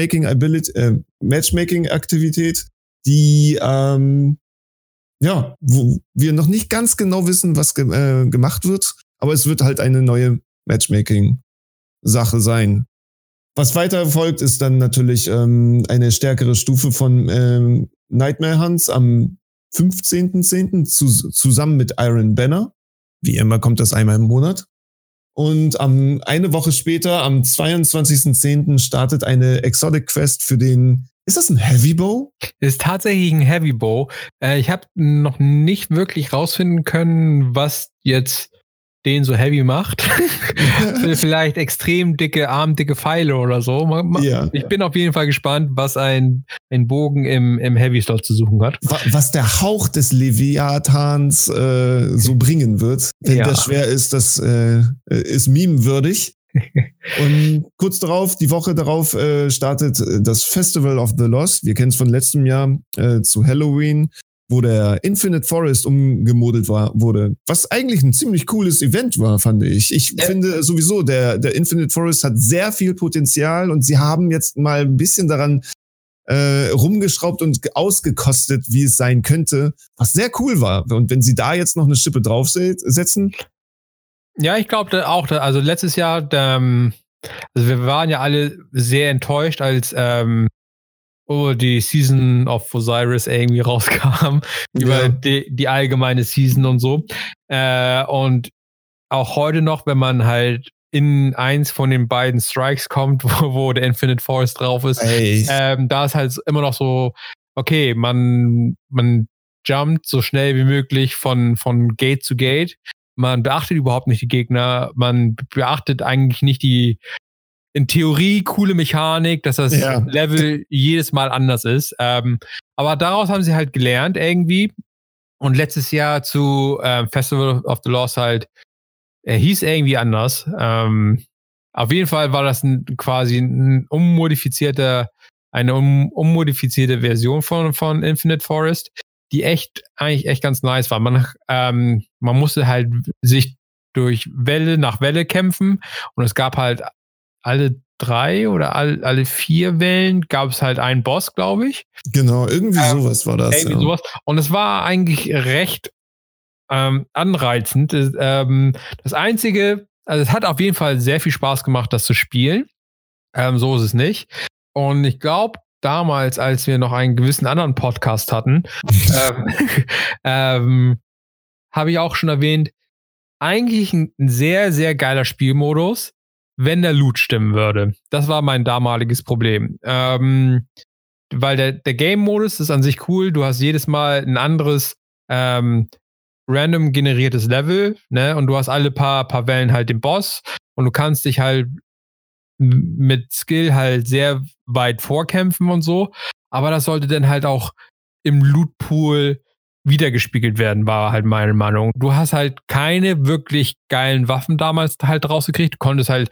Matchmaking-Aktivität, die, wo wir noch nicht ganz genau wissen, was gemacht wird, aber es wird halt eine neue Matchmaking-Sache sein. Was weiter folgt, ist dann natürlich eine stärkere Stufe von Nightmare Hunts am 15.10. zusammen mit Iron Banner. Wie immer kommt das einmal im Monat. Und eine Woche später, am 22.10. startet eine Exotic Quest für den... Ist das ein Heavy Bow? Ist tatsächlich ein Heavy Bow. Ich habe noch nicht wirklich rausfinden können, was jetzt den so heavy macht. Vielleicht extrem dicke, armdicke Pfeile oder so. Ja. Ich bin auf jeden Fall gespannt, was ein Bogen im Heavy-Slot zu suchen hat. Was der Hauch des Leviathans so bringen wird. Wenn das schwer ist, das ist meme-würdig. Und kurz darauf, die Woche darauf, startet das Festival of the Lost. Wir kennen es von letztem Jahr zu Halloween, wo der Infinite Forest umgemodelt wurde. Was eigentlich ein ziemlich cooles Event war, fand ich. Ich finde sowieso, der Infinite Forest hat sehr viel Potenzial und sie haben jetzt mal ein bisschen daran rumgeschraubt und ausgekostet, wie es sein könnte, was sehr cool war. Und wenn sie da jetzt noch eine Schippe draufsetzen. Ja, ich glaube auch, also letztes Jahr, also wir waren ja alle sehr enttäuscht, als die Season of Osiris irgendwie rauskam, über die allgemeine Season und so. Und auch heute noch, wenn man halt in eins von den beiden Strikes kommt, wo der Infinite Forest drauf ist, da ist halt immer noch so, okay, man jumpt so schnell wie möglich von Gate zu Gate. Man beachtet überhaupt nicht die Gegner. Man beachtet eigentlich nicht die in Theorie coole Mechanik, dass das Level jedes Mal anders ist. Aber daraus haben sie halt gelernt irgendwie. Und letztes Jahr zu Festival of the Lost halt, hieß irgendwie anders. Auf jeden Fall war das quasi eine ummodifizierte Version von Infinite Forest, die eigentlich echt ganz nice war. Man musste halt sich durch Welle nach Welle kämpfen und es gab halt alle 3 oder alle 4 Wellen gab es halt einen Boss, glaube ich. Genau, irgendwie sowas war das. Sowas. Und es war eigentlich recht anreizend. Das Einzige, also es hat auf jeden Fall sehr viel Spaß gemacht, das zu spielen. So ist es nicht. Und ich glaube, damals, als wir noch einen gewissen anderen Podcast hatten, habe ich auch schon erwähnt, eigentlich ein sehr, sehr geiler Spielmodus, wenn der Loot stimmen würde. Das war mein damaliges Problem. Weil der Game-Modus ist an sich cool. Du hast jedes Mal ein anderes random generiertes Level, ne? Und du hast alle paar Wellen halt den Boss und du kannst dich halt mit Skill halt sehr weit vorkämpfen und so. Aber das sollte dann halt auch im Loot-Pool wiedergespiegelt werden, war halt meine Meinung. Du hast halt keine wirklich geilen Waffen damals halt rausgekriegt. Du konntest halt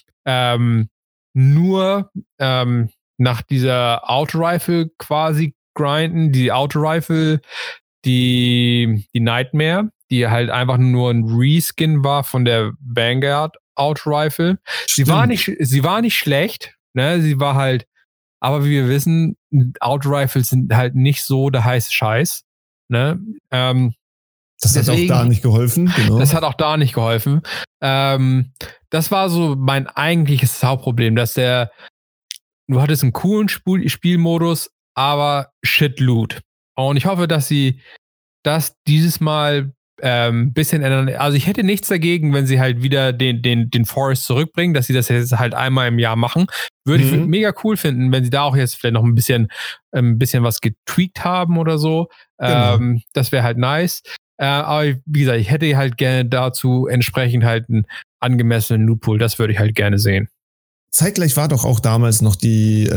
nur nach dieser Auto-Rifle quasi grinden. Die Auto-Rifle, die Nightmare, die halt einfach nur ein Reskin war von der Vanguard Auto-Rifle. Sie war nicht schlecht, ne? Sie war halt, aber wie wir wissen, Auto-Rifles sind halt nicht so der heiße Scheiß. Ne? Das hat auch da nicht geholfen, genau. Das hat auch da nicht geholfen. Das war so mein eigentliches Hauptproblem, dass du hattest einen coolen Spielmodus, aber shit Loot. Und ich hoffe, dass sie das dieses Mal bisschen ändern. Also ich hätte nichts dagegen, wenn sie halt wieder den Forest zurückbringen, dass sie das jetzt halt einmal im Jahr machen. Würde ich mega cool finden, wenn sie da auch jetzt vielleicht noch ein bisschen was getweakt haben oder so. Genau. Das wäre halt nice. Aber wie gesagt, ich hätte halt gerne dazu entsprechend halt einen angemessenen Lootpool. Das würde ich halt gerne sehen. Zeitgleich war doch auch damals noch die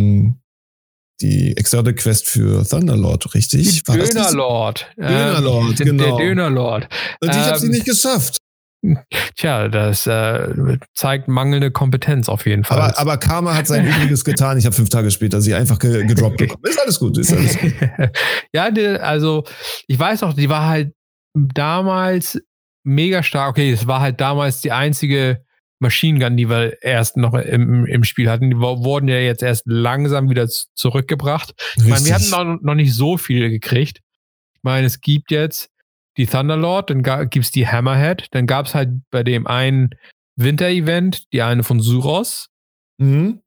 Exotic Quest für Thunderlord, richtig? Die Dönerlord. Dönerlord, genau. Der Dönerlord. Und ich habe sie nicht geschafft. Tja, das zeigt mangelnde Kompetenz auf jeden Fall. Aber Karma hat sein Übriges getan. Ich habe 5 Tage später sie einfach gedroppt bekommen. Ist alles gut. Ja, also ich weiß noch, die war halt damals mega stark. Okay, es war halt damals die einzige Machine Gun, die wir erst noch im Spiel hatten. Die wurden ja jetzt erst langsam wieder zurückgebracht. Ich meine, wir hatten noch nicht so viele gekriegt. Ich meine, es gibt jetzt die Thunderlord, dann gibt es die Hammerhead, dann gab es halt bei dem einen Winter-Event, die eine von Suros. Mhm.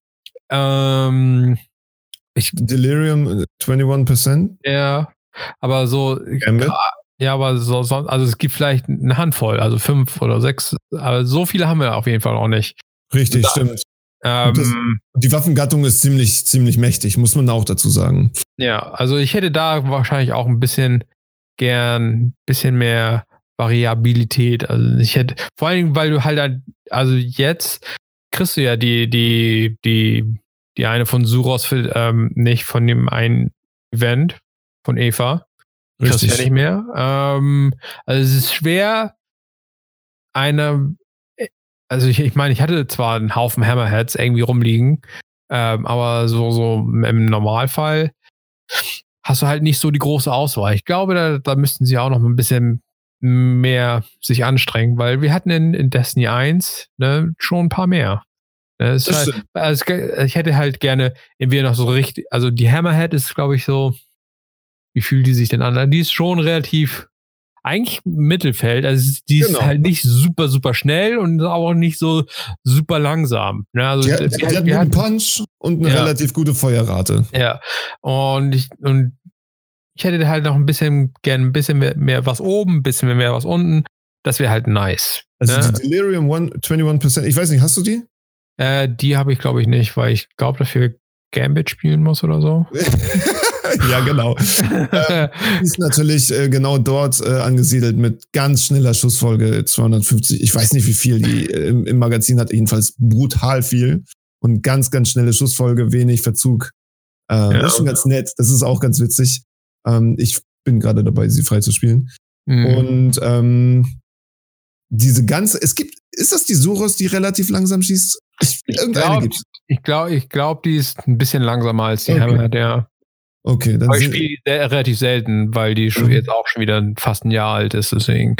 Delirium 21%? Ja, aber so. Ja, aber also es gibt vielleicht eine Handvoll, also 5 oder 6, aber so viele haben wir auf jeden Fall auch nicht. Richtig, stimmt. Die Waffengattung ist ziemlich mächtig, muss man auch dazu sagen. Ja, also ich hätte da wahrscheinlich auch ein bisschen mehr Variabilität. Also ich hätte, vor allem, weil du halt, also jetzt kriegst du ja die eine von Suros nicht von dem einen Event von Eva. Richtig. Das ja nicht mehr. Also es ist schwer, also ich meine, ich hatte zwar einen Haufen Hammerheads irgendwie rumliegen, aber so im Normalfall hast du halt nicht so die große Auswahl. Ich glaube, da müssten sie auch noch ein bisschen mehr sich anstrengen, weil wir hatten in Destiny 1 schon ein paar mehr. Das halt, also ich hätte halt gerne entweder noch so richtig, also die Hammerhead ist, glaube ich, so, wie fühlt die sich denn an? Die ist schon relativ, eigentlich Mittelfeld, also die ist halt nicht super, super schnell und auch nicht so super langsam. Ja, also die hat einen guten Punch und eine relativ gute Feuerrate. Ja, und ich hätte halt noch gerne ein bisschen mehr was oben, ein bisschen mehr was unten. Das wäre halt nice. Also die Delirium 21%, ich weiß nicht, hast du die? Die habe ich, glaube ich, nicht, weil ich glaube, dafür Gambit spielen muss oder so. Ja, genau. Ist natürlich genau dort angesiedelt mit ganz schneller Schussfolge 250. Ich weiß nicht, wie viel die im Magazin hat, jedenfalls brutal viel. Und ganz, ganz schnelle Schussfolge, wenig Verzug. Das ist schon ganz nett. Das ist auch ganz witzig. Ich bin gerade dabei, sie freizuspielen. Und diese ganze, ist das die Suros, die relativ langsam schießt? Ich glaube, die ist ein bisschen langsamer als die Hammerhead, ja. Okay, dann. Aber ich spiele relativ selten, weil die jetzt auch schon wieder fast ein Jahr alt ist, deswegen.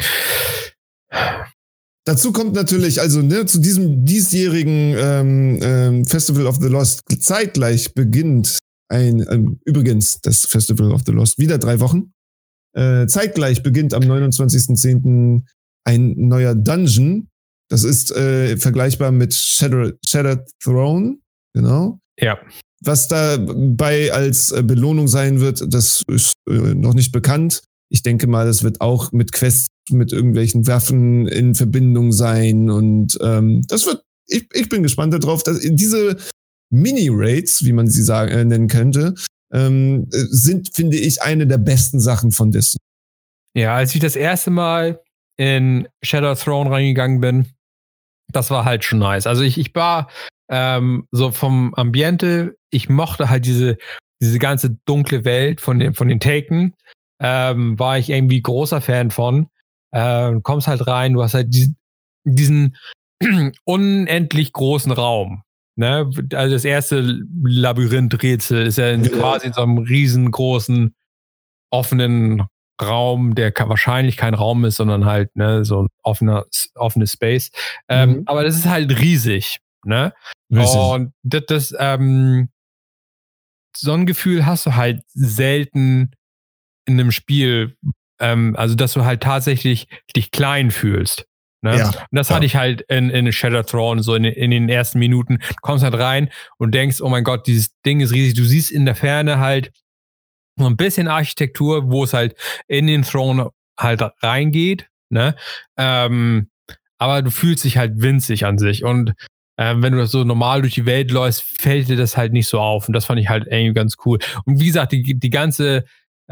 Dazu kommt natürlich, also zu diesem diesjährigen Festival of the Lost zeitgleich beginnt übrigens das Festival of the Lost wieder 3 Wochen. Zeitgleich beginnt am 29.10. ein neuer Dungeon. Das ist vergleichbar mit Shattered Throne, genau. Ja. Was dabei als Belohnung sein wird, das ist noch nicht bekannt. Ich denke mal, das wird auch mit Quests, mit irgendwelchen Waffen in Verbindung sein. Und das wird, ich bin gespannt darauf, dass diese Mini-Raids, wie man sie nennen könnte, sind, finde ich, eine der besten Sachen von Destiny. Ja, als ich das erste Mal in Shattered Throne reingegangen bin, das war halt schon nice. Also ich war so vom Ambiente, ich mochte halt diese ganze dunkle Welt von den Taken, war ich irgendwie großer Fan von. Kommst halt rein, du hast halt diesen unendlich großen Raum. Ne? Also das erste Labyrinth-Rätsel ist ja quasi in so einem riesengroßen offenen Raum, der wahrscheinlich kein Raum ist, sondern halt so ein offenes Space. Aber das ist halt riesig. Ne? Und so ein Gefühl hast du halt selten in einem Spiel, also dass du halt tatsächlich dich klein fühlst. Ne? Ja, und das hatte ich halt in Shattered Throne, so in den ersten Minuten. Du kommst halt rein und denkst, oh mein Gott, dieses Ding ist riesig. Du siehst in der Ferne halt so ein bisschen Architektur, wo es halt in den Throne halt reingeht. Ne? Aber du fühlst dich halt winzig an sich. Und wenn du so normal durch die Welt läufst, fällt dir das halt nicht so auf. Und das fand ich halt irgendwie ganz cool. Und wie gesagt, die ganze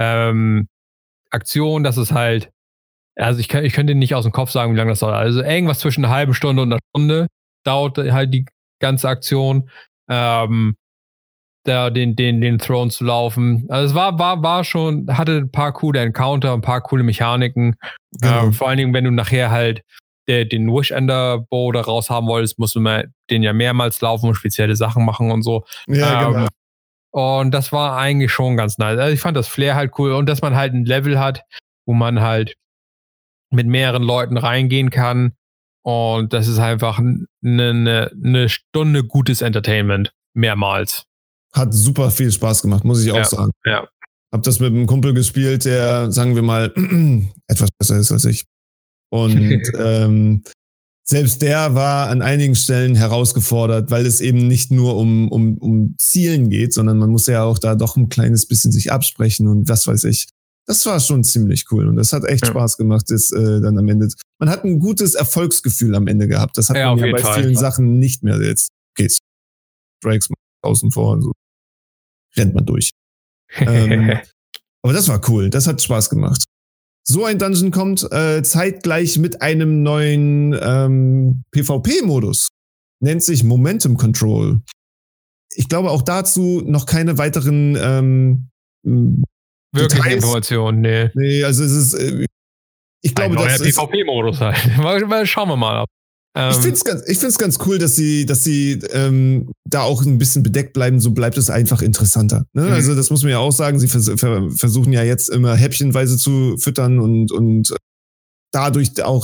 Aktion, das ist halt, also ich könnte nicht aus dem Kopf sagen, wie lange das dauert. Also irgendwas zwischen einer halben Stunde und einer Stunde dauert halt die ganze Aktion, den Throne zu laufen. Also es war schon, hatte ein paar coole Encounter, ein paar coole Mechaniken. Genau. Vor allen Dingen, wenn du nachher halt den Wish-Ender Bow da raus haben wolltest, musst du den ja mehrmals laufen und spezielle Sachen machen und so. Ja, genau. Und das war eigentlich schon ganz nice. Also ich fand das Flair halt cool und dass man halt ein Level hat, wo man halt mit mehreren Leuten reingehen kann. Und das ist einfach eine Stunde gutes Entertainment. Mehrmals. Hat super viel Spaß gemacht, muss ich auch sagen. Ja. Hab das mit einem Kumpel gespielt, der, sagen wir mal, etwas besser ist als ich. Und selbst der war an einigen Stellen herausgefordert, weil es eben nicht nur um Zielen geht, sondern man muss ja auch da doch ein kleines bisschen sich absprechen und was weiß ich. Das war schon ziemlich cool und das hat echt Spaß gemacht, das dann am Ende. Man hat ein gutes Erfolgsgefühl am Ende gehabt. Das hat man ja bei vielen Sachen nicht mehr jetzt. Okay, Strikes außen vor und so. Rennt man durch. Aber das war cool. Das hat Spaß gemacht. So ein Dungeon kommt zeitgleich mit einem neuen PvP-Modus. Nennt sich Momentum Control. Ich glaube auch dazu noch keine weiteren wirklich Informationen, nee. Nee, also es ist ich glaube, ein neuer PvP-Modus halt. Mal schauen wir mal. Ich find's ganz cool, dass sie da auch ein bisschen bedeckt bleiben, so bleibt es einfach interessanter. Ne? Mhm. Also das muss man ja auch sagen, sie versuchen ja jetzt immer häppchenweise zu füttern und dadurch auch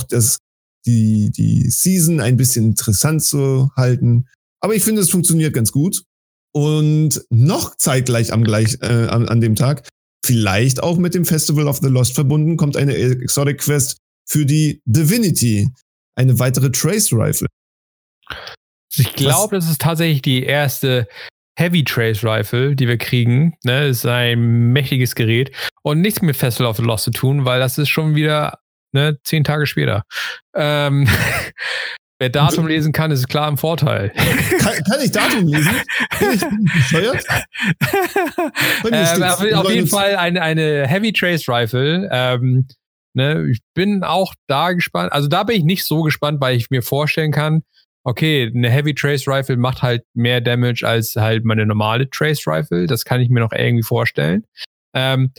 die Season ein bisschen interessant zu halten. Aber ich finde, es funktioniert ganz gut. Und noch zeitgleich an dem Tag, vielleicht auch mit dem Festival of the Lost verbunden, kommt eine Exotic Quest für die Divinity. Eine weitere Trace Rifle. Ich glaube, das ist tatsächlich die erste Heavy Trace Rifle, die wir kriegen. Ne, ist ein mächtiges Gerät und nichts mit Festival of the Lost zu tun, weil das ist schon wieder 10 Tage später. Wer Datum lesen kann, ist klar im Vorteil. Kann ich Datum lesen? Bin ich bescheuert? Auf jeden Fall eine Heavy Trace Rifle. Ich bin auch da gespannt. Also da bin ich nicht so gespannt, weil ich mir vorstellen kann, okay, eine Heavy Trace Rifle macht halt mehr Damage als halt meine normale Trace Rifle. Das kann ich mir noch irgendwie vorstellen. Bei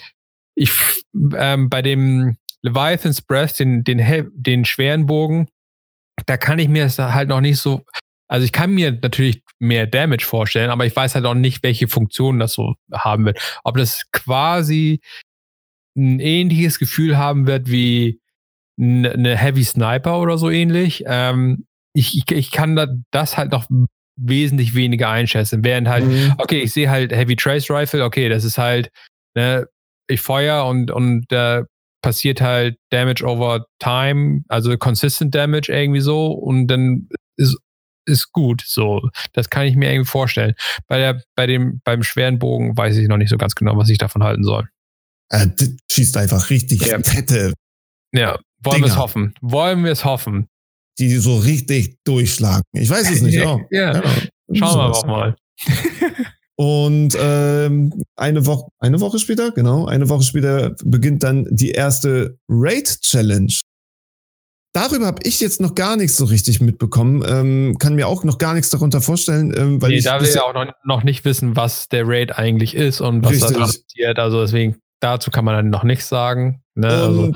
dem Leviathan's Breath, den schweren Bogen, da kann ich mir das halt noch nicht so, also ich kann mir natürlich mehr Damage vorstellen, aber ich weiß halt auch nicht, welche Funktion das so haben wird. Ob das quasi ein ähnliches Gefühl haben wird wie eine Heavy Sniper oder so ähnlich. Ich kann das halt noch wesentlich weniger einschätzen. Während halt, okay, ich sehe halt Heavy Trace Rifle, okay, das ist halt, ich feuer und passiert halt Damage over Time, also Consistent Damage irgendwie so und dann ist gut. So, das kann ich mir irgendwie vorstellen. Beim schweren Bogen weiß ich noch nicht so ganz genau, was ich davon halten soll. Das schießt einfach richtig fette. Ja, wollen wir es hoffen. Die so richtig durchschlagen. Ich weiß es nicht. Ja. Schauen wir auch mal. Und eine Woche später beginnt dann die erste Raid-Challenge. Darüber habe ich jetzt noch gar nichts so richtig mitbekommen. Kann mir auch noch gar nichts darunter vorstellen. Weil wir ja auch noch nicht wissen, was der Raid eigentlich ist und was da passiert. Also deswegen, dazu kann man dann noch nichts sagen. Ne?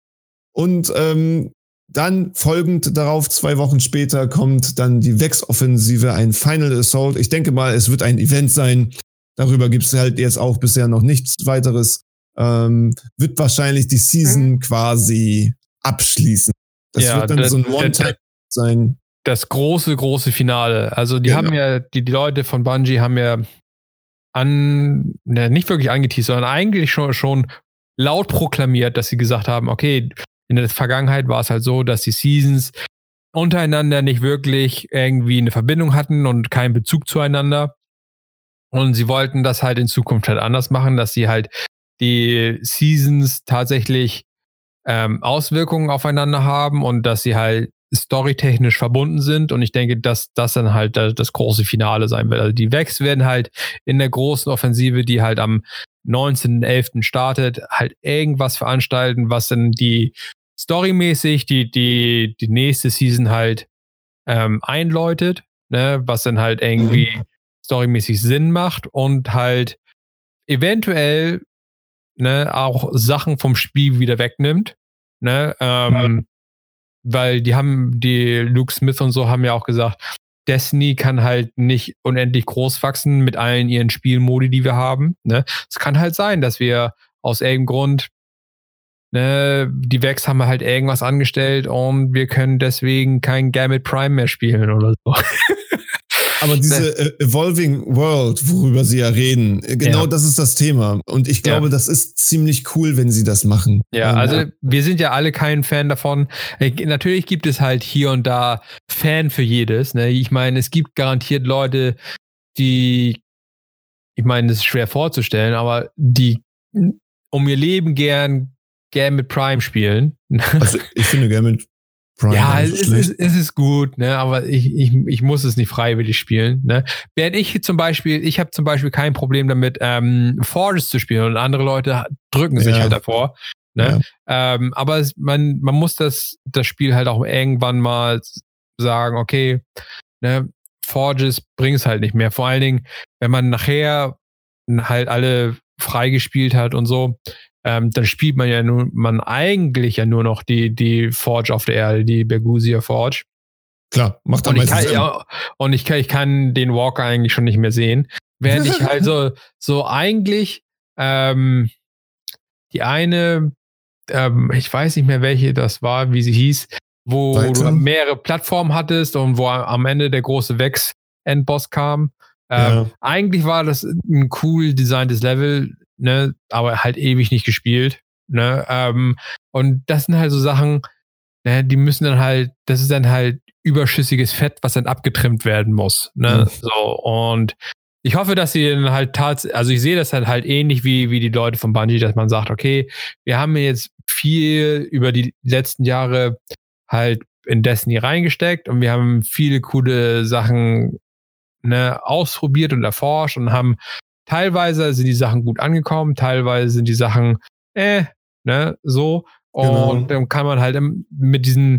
Dann folgend darauf, 2 Wochen später, kommt dann die Vex-Offensive, ein Final Assault. Ich denke mal, es wird ein Event sein. Darüber gibt es halt jetzt auch bisher noch nichts weiteres. Wird wahrscheinlich die Season quasi abschließen. Das wird dann so ein One-Time sein. Das große Finale. Also die haben ja, die Leute von Bungie haben ja nicht wirklich angeteasert, sondern eigentlich schon laut proklamiert, dass sie gesagt haben, okay, in der Vergangenheit war es halt so, dass die Seasons untereinander nicht wirklich irgendwie eine Verbindung hatten und keinen Bezug zueinander. Und sie wollten das halt in Zukunft halt anders machen, dass sie halt die Seasons tatsächlich Auswirkungen aufeinander haben und dass sie halt storytechnisch verbunden sind. Und ich denke, dass das dann halt das große Finale sein wird. Also die Vex werden halt in der großen Offensive, die halt am 19.11. startet, halt irgendwas veranstalten, was dann die storymäßig die nächste Season halt einläutet, ne, was dann halt irgendwie storymäßig Sinn macht und halt eventuell, ne, auch Sachen vom Spiel wieder wegnimmt, ne, weil die Luke Smith und so haben ja auch gesagt, Destiny kann halt nicht unendlich groß wachsen mit allen ihren Spielmodi, die wir haben, ne. Es kann halt sein, dass wir aus irgendeinem Grund, ne, die Vex haben halt irgendwas angestellt und wir können deswegen kein Gambit Prime mehr spielen oder so. Aber diese Evolving World, worüber sie ja reden, genau das ist das Thema. Und ich glaube, das ist ziemlich cool, wenn sie das machen. Ja, also wir sind ja alle kein Fan davon. Natürlich gibt es halt hier und da Fan für jedes. Ne? Ich meine, es gibt garantiert Leute, die, ich meine, das ist schwer vorzustellen, aber die um ihr Leben gern Gambit Prime spielen. Also ich finde Gambit Prime. Ja, es ist gut, ne? Aber ich muss es nicht freiwillig spielen. Ne? Während ich habe zum Beispiel kein Problem damit, Forges zu spielen und andere Leute drücken sich halt davor. Ne? Ja. Aber man muss das Spiel halt auch irgendwann mal sagen, okay, ne, Forges bringt es halt nicht mehr. Vor allen Dingen, wenn man nachher halt alle freigespielt hat und so, dann spielt man eigentlich ja nur noch die Forge auf der Erde, die Bergusia Forge. Klar, macht am meisten Sinn. Und ich kann den Walker eigentlich schon nicht mehr sehen. Während ich halt so eigentlich die eine, ich weiß nicht mehr, welche das war, wie sie hieß, wo du mehrere Plattformen hattest und wo am Ende der große Vex-Endboss kam. Eigentlich war das ein cool designtes Level, ne, aber halt ewig nicht gespielt. Ne? Und das sind halt so Sachen, ne, die müssen dann halt, das ist dann halt überschüssiges Fett, was dann abgetrimmt werden muss. Ne? So, und ich hoffe, dass sie dann halt also ich sehe das halt ähnlich wie die Leute von Bungie, dass man sagt, okay, wir haben jetzt viel über die letzten Jahre halt in Destiny reingesteckt und wir haben viele coole Sachen, ne, ausprobiert und erforscht und haben teilweise sind die Sachen gut angekommen, teilweise sind die Sachen ne, so. Und dann kann man halt mit diesen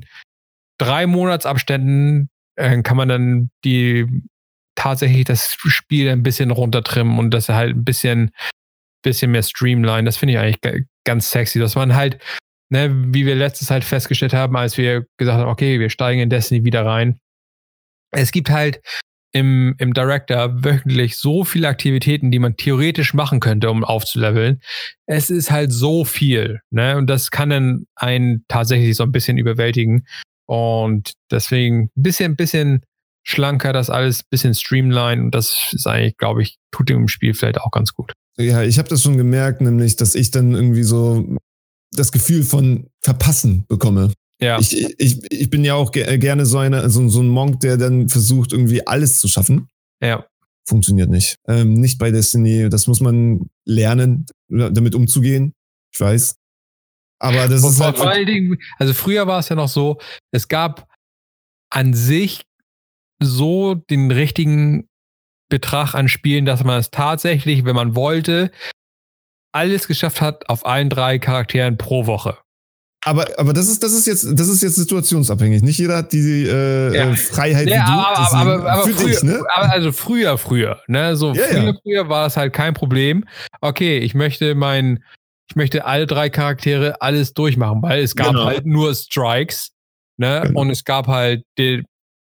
3 Monatsabständen kann man dann tatsächlich das Spiel ein bisschen runtertrimmen und das halt ein bisschen mehr streamline. Das finde ich eigentlich ganz sexy, dass man halt, ne, wie wir letztes halt festgestellt haben, als wir gesagt haben, okay, wir steigen in Destiny wieder rein. Es gibt halt im Director wöchentlich so viele Aktivitäten, die man theoretisch machen könnte, um aufzuleveln. Es ist halt so viel, ne? Und das kann dann einen tatsächlich so ein bisschen überwältigen. Und deswegen ein bisschen schlanker, das alles, ein bisschen streamline. Und das ist eigentlich, glaube ich, tut dem Spiel vielleicht auch ganz gut. Ja, ich habe das schon gemerkt, nämlich, dass ich dann irgendwie so das Gefühl von Verpassen bekomme. Ja. Ich bin ja auch gerne so ein Monk, der dann versucht, irgendwie alles zu schaffen. Ja. Funktioniert nicht. Nicht bei Destiny. Das muss man lernen, damit umzugehen. Ich weiß. Aber das ist halt. Vor allen Dingen, also früher war es ja noch so, es gab an sich so den richtigen Betrag an Spielen, dass man es tatsächlich, wenn man wollte, alles geschafft hat auf allen 3 Charakteren pro Woche. Aber das ist jetzt situationsabhängig. Nicht jeder hat die Freiheit wie du. Aber früher, dich, ne? Also früher, ne? So früher war das halt kein Problem. Okay, ich möchte alle 3 Charaktere alles durchmachen, weil es gab halt nur Strikes, ne? Genau. Und es gab halt den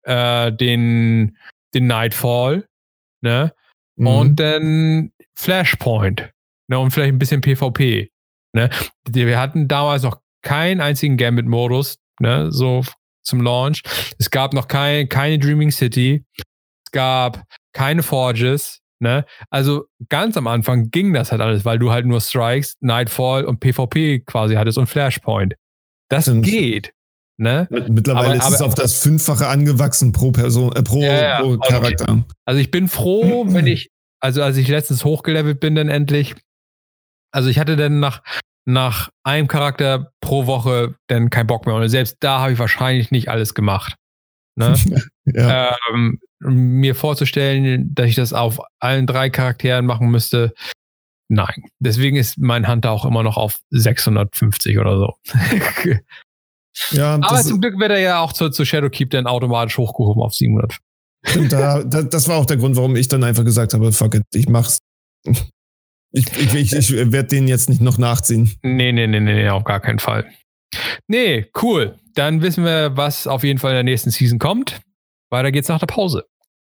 Nightfall, ne? Und dann Flashpoint, ne? Und vielleicht ein bisschen PvP, ne? Wir hatten damals noch keinen einzigen Gambit-Modus, ne, so zum Launch. Es gab noch keine Dreaming City. Es gab keine Forges, Ne? Also ganz am Anfang ging das halt alles, weil du halt nur Strikes, Nightfall und PvP quasi hattest und Flashpoint. Das geht. Ne? Mittlerweile ist es auf das 5-fache angewachsen pro Person, pro Charakter. Also ich bin froh, als ich letztens hochgelevelt bin, dann endlich. Also ich hatte dann nach einem Charakter pro Woche dann keinen Bock mehr. Und selbst da habe ich wahrscheinlich nicht alles gemacht. Ne? Ja. Mir vorzustellen, dass ich das auf allen 3 Charakteren machen müsste, nein. Deswegen ist mein Hunter auch immer noch auf 650 oder so. Ja, aber zum Glück wird er ja auch zu Shadowkeep dann automatisch hochgehoben auf 700. Das war auch der Grund, warum ich dann einfach gesagt habe, fuck it, ich mach's. Ich werde den jetzt nicht noch nachziehen. Nee, auf gar keinen Fall. Nee, cool. Dann wissen wir, was auf jeden Fall in der nächsten Season kommt. Weiter geht's nach der Pause.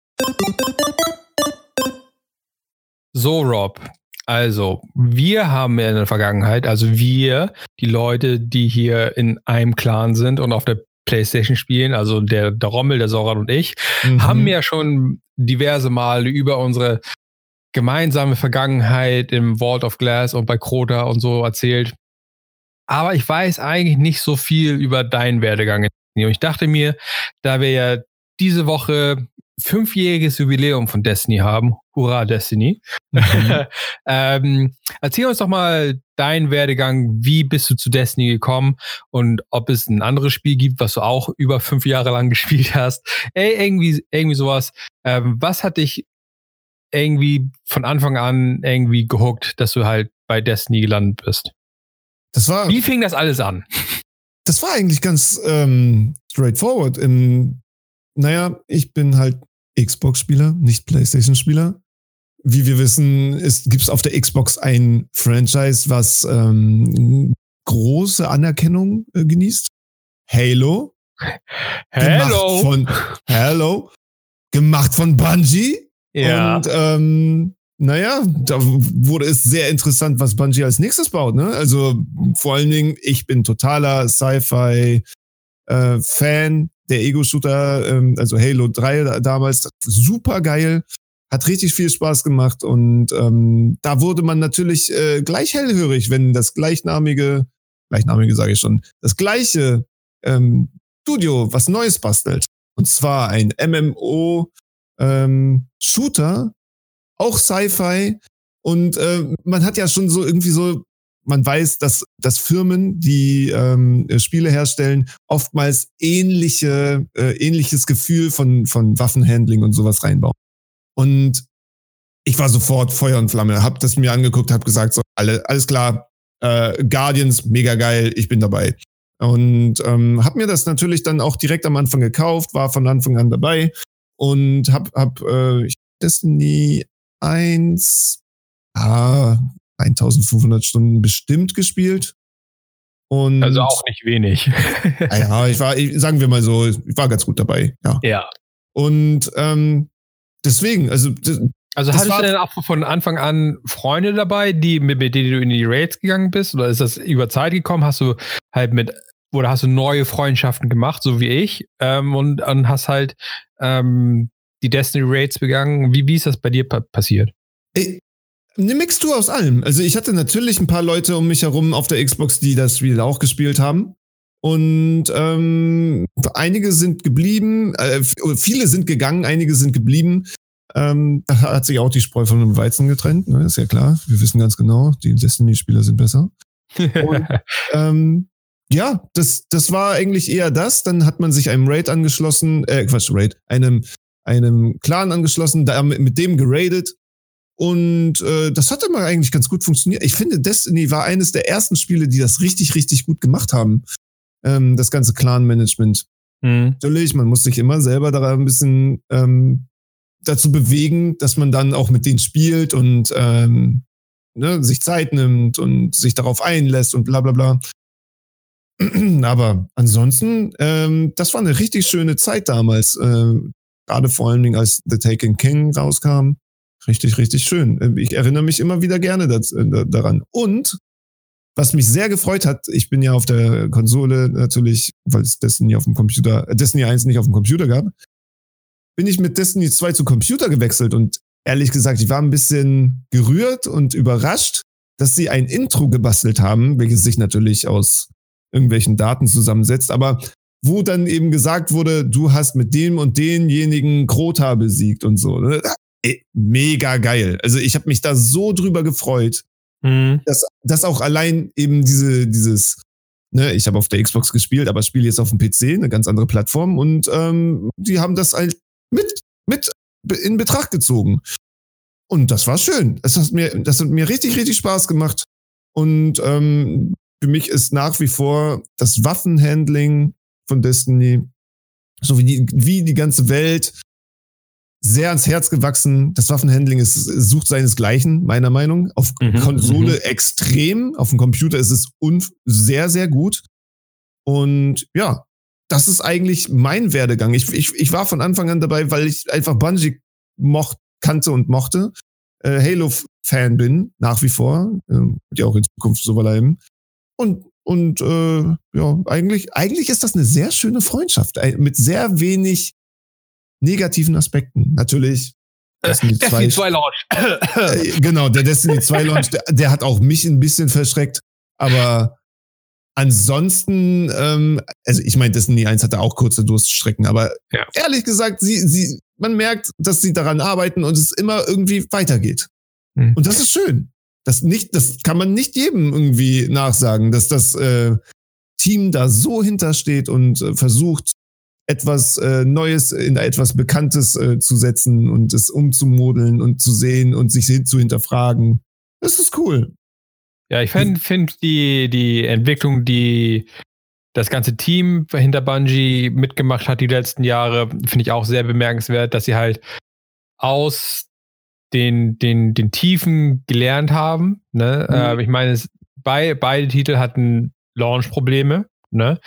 So, Rob. Also, wir haben ja in der Vergangenheit, also wir, die Leute, die hier in einem Clan sind und auf der PlayStation spielen, also der Rommel, der Soran und ich, haben ja schon diverse Male über unsere gemeinsame Vergangenheit im Vault of Glass und bei Crota und so erzählt. Aber ich weiß eigentlich nicht so viel über deinen Werdegang. Und ich dachte mir, da wir ja diese Woche 5-jähriges Jubiläum von Destiny haben, hurra Destiny, erzähl uns doch mal deinen Werdegang, wie bist du zu Destiny gekommen und ob es ein anderes Spiel gibt, was du auch über 5 Jahre lang gespielt hast. Irgendwie sowas. Was hat dich irgendwie von Anfang an irgendwie gehuckt, dass du halt bei Destiny gelandet bist? Wie fing das alles an? Das war eigentlich ganz straightforward. Ich bin halt Xbox-Spieler, nicht PlayStation-Spieler. Wie wir wissen, gibt es auf der Xbox ein Franchise, was große Anerkennung genießt. Halo. Gemacht von Bungie. Ja. Und da wurde es sehr interessant, was Bungie als nächstes baut. Ne? Also vor allen Dingen, ich bin totaler Sci-Fi-Fan. Der Ego-Shooter, also Halo 3 damals, super geil. Hat richtig viel Spaß gemacht. Und da wurde man natürlich gleich hellhörig, wenn das gleichnamige sage ich schon, das gleiche Studio was Neues bastelt. Und zwar ein MMO Shooter, auch Sci-Fi. Und man hat ja schon so irgendwie so, man weiß, dass Firmen, die Spiele herstellen, oftmals ähnliches Gefühl von Waffenhandling und sowas reinbauen. Und ich war sofort Feuer und Flamme, hab das mir angeguckt, hab gesagt, so, alles klar, Guardians, mega geil, ich bin dabei. Und hab mir das natürlich dann auch direkt am Anfang gekauft, war von Anfang an dabei und hab Destiny 1, 1500 Stunden bestimmt gespielt. Und also auch nicht wenig. sagen wir mal so, ich war ganz gut dabei. Ja. Und deswegen, also hattest du denn auch von Anfang an Freunde dabei, mit denen du in die Raids gegangen bist? Oder ist das über Zeit gekommen? Hast du halt hast du neue Freundschaften gemacht, so wie ich, und hast halt die Destiny Raids begangen? Wie ist das bei dir passiert? Eine Mixtur aus allem. Also ich hatte natürlich ein paar Leute um mich herum auf der Xbox, die das Spiel auch gespielt haben. Und einige sind geblieben, viele sind gegangen, einige sind geblieben. Da hat sich auch die Spreu von dem Weizen getrennt, ne? Ist ja klar. Wir wissen ganz genau, die Destiny-Spieler sind besser. Und das war eigentlich eher das. Dann hat man sich einem Raid angeschlossen, einem Clan angeschlossen, mit dem geradet. Und das hat immer eigentlich ganz gut funktioniert. Ich finde, Destiny war eines der ersten Spiele, die das richtig, richtig gut gemacht haben. Das ganze Clan-Management. Natürlich, man muss sich immer selber da ein bisschen dazu bewegen, dass man dann auch mit denen spielt und sich Zeit nimmt und sich darauf einlässt und bla bla bla. Aber ansonsten, das war eine richtig schöne Zeit damals. Gerade vor allen Dingen, als The Taken King rauskam. Richtig, richtig schön. Ich erinnere mich immer wieder gerne daran. Und was mich sehr gefreut hat, ich bin ja auf der Konsole natürlich, weil es Destiny 1 nicht auf dem Computer gab, bin ich mit Destiny 2 zu Computer gewechselt und ehrlich gesagt, ich war ein bisschen gerührt und überrascht, dass sie ein Intro gebastelt haben, welches sich natürlich aus irgendwelchen Daten zusammensetzt, aber wo dann eben gesagt wurde, du hast mit dem und denjenigen Crota besiegt und so. Mega geil. Also ich habe mich da so drüber gefreut, dass auch allein eben dieses, ne, ich habe auf der Xbox gespielt, aber spiele jetzt auf dem PC, eine ganz andere Plattform, und die haben das halt mit in Betracht gezogen. Und das war schön. Das hat mir richtig, richtig Spaß gemacht. Und für mich ist nach wie vor das Waffenhandling von Destiny, so wie die ganze Welt, sehr ans Herz gewachsen. Das Waffenhandling sucht seinesgleichen, meiner Meinung. Auf Konsole extrem, auf dem Computer ist es sehr, sehr gut. Und ja, das ist eigentlich mein Werdegang. Ich war von Anfang an dabei, weil ich einfach Bungie kannte und mochte. Halo-Fan bin, nach wie vor. Wird ja auch in Zukunft so bleiben. Und ja, eigentlich ist das eine sehr schöne Freundschaft mit sehr wenig negativen Aspekten. Natürlich Destiny 2 Launch. Genau, der Destiny 2 Launch, der hat auch mich ein bisschen verschreckt, aber ansonsten, also ich meine, Destiny 1 hatte auch kurze Durststrecken, aber ehrlich gesagt, man merkt, dass sie daran arbeiten und es immer irgendwie weitergeht. Und das ist schön. Das kann man nicht jedem irgendwie nachsagen, dass das Team da so hintersteht und versucht, etwas Neues in etwas Bekanntes zu setzen und es umzumodeln und zu sehen und sich zu hinterfragen. Das ist cool. Ja, ich finde die Entwicklung, die das ganze Team hinter Bungie mitgemacht hat die letzten Jahre, finde ich auch sehr bemerkenswert, dass sie halt aus den Tiefen gelernt haben. Ne? Ich meine, beide Titel hatten Launch-Probleme. Ne?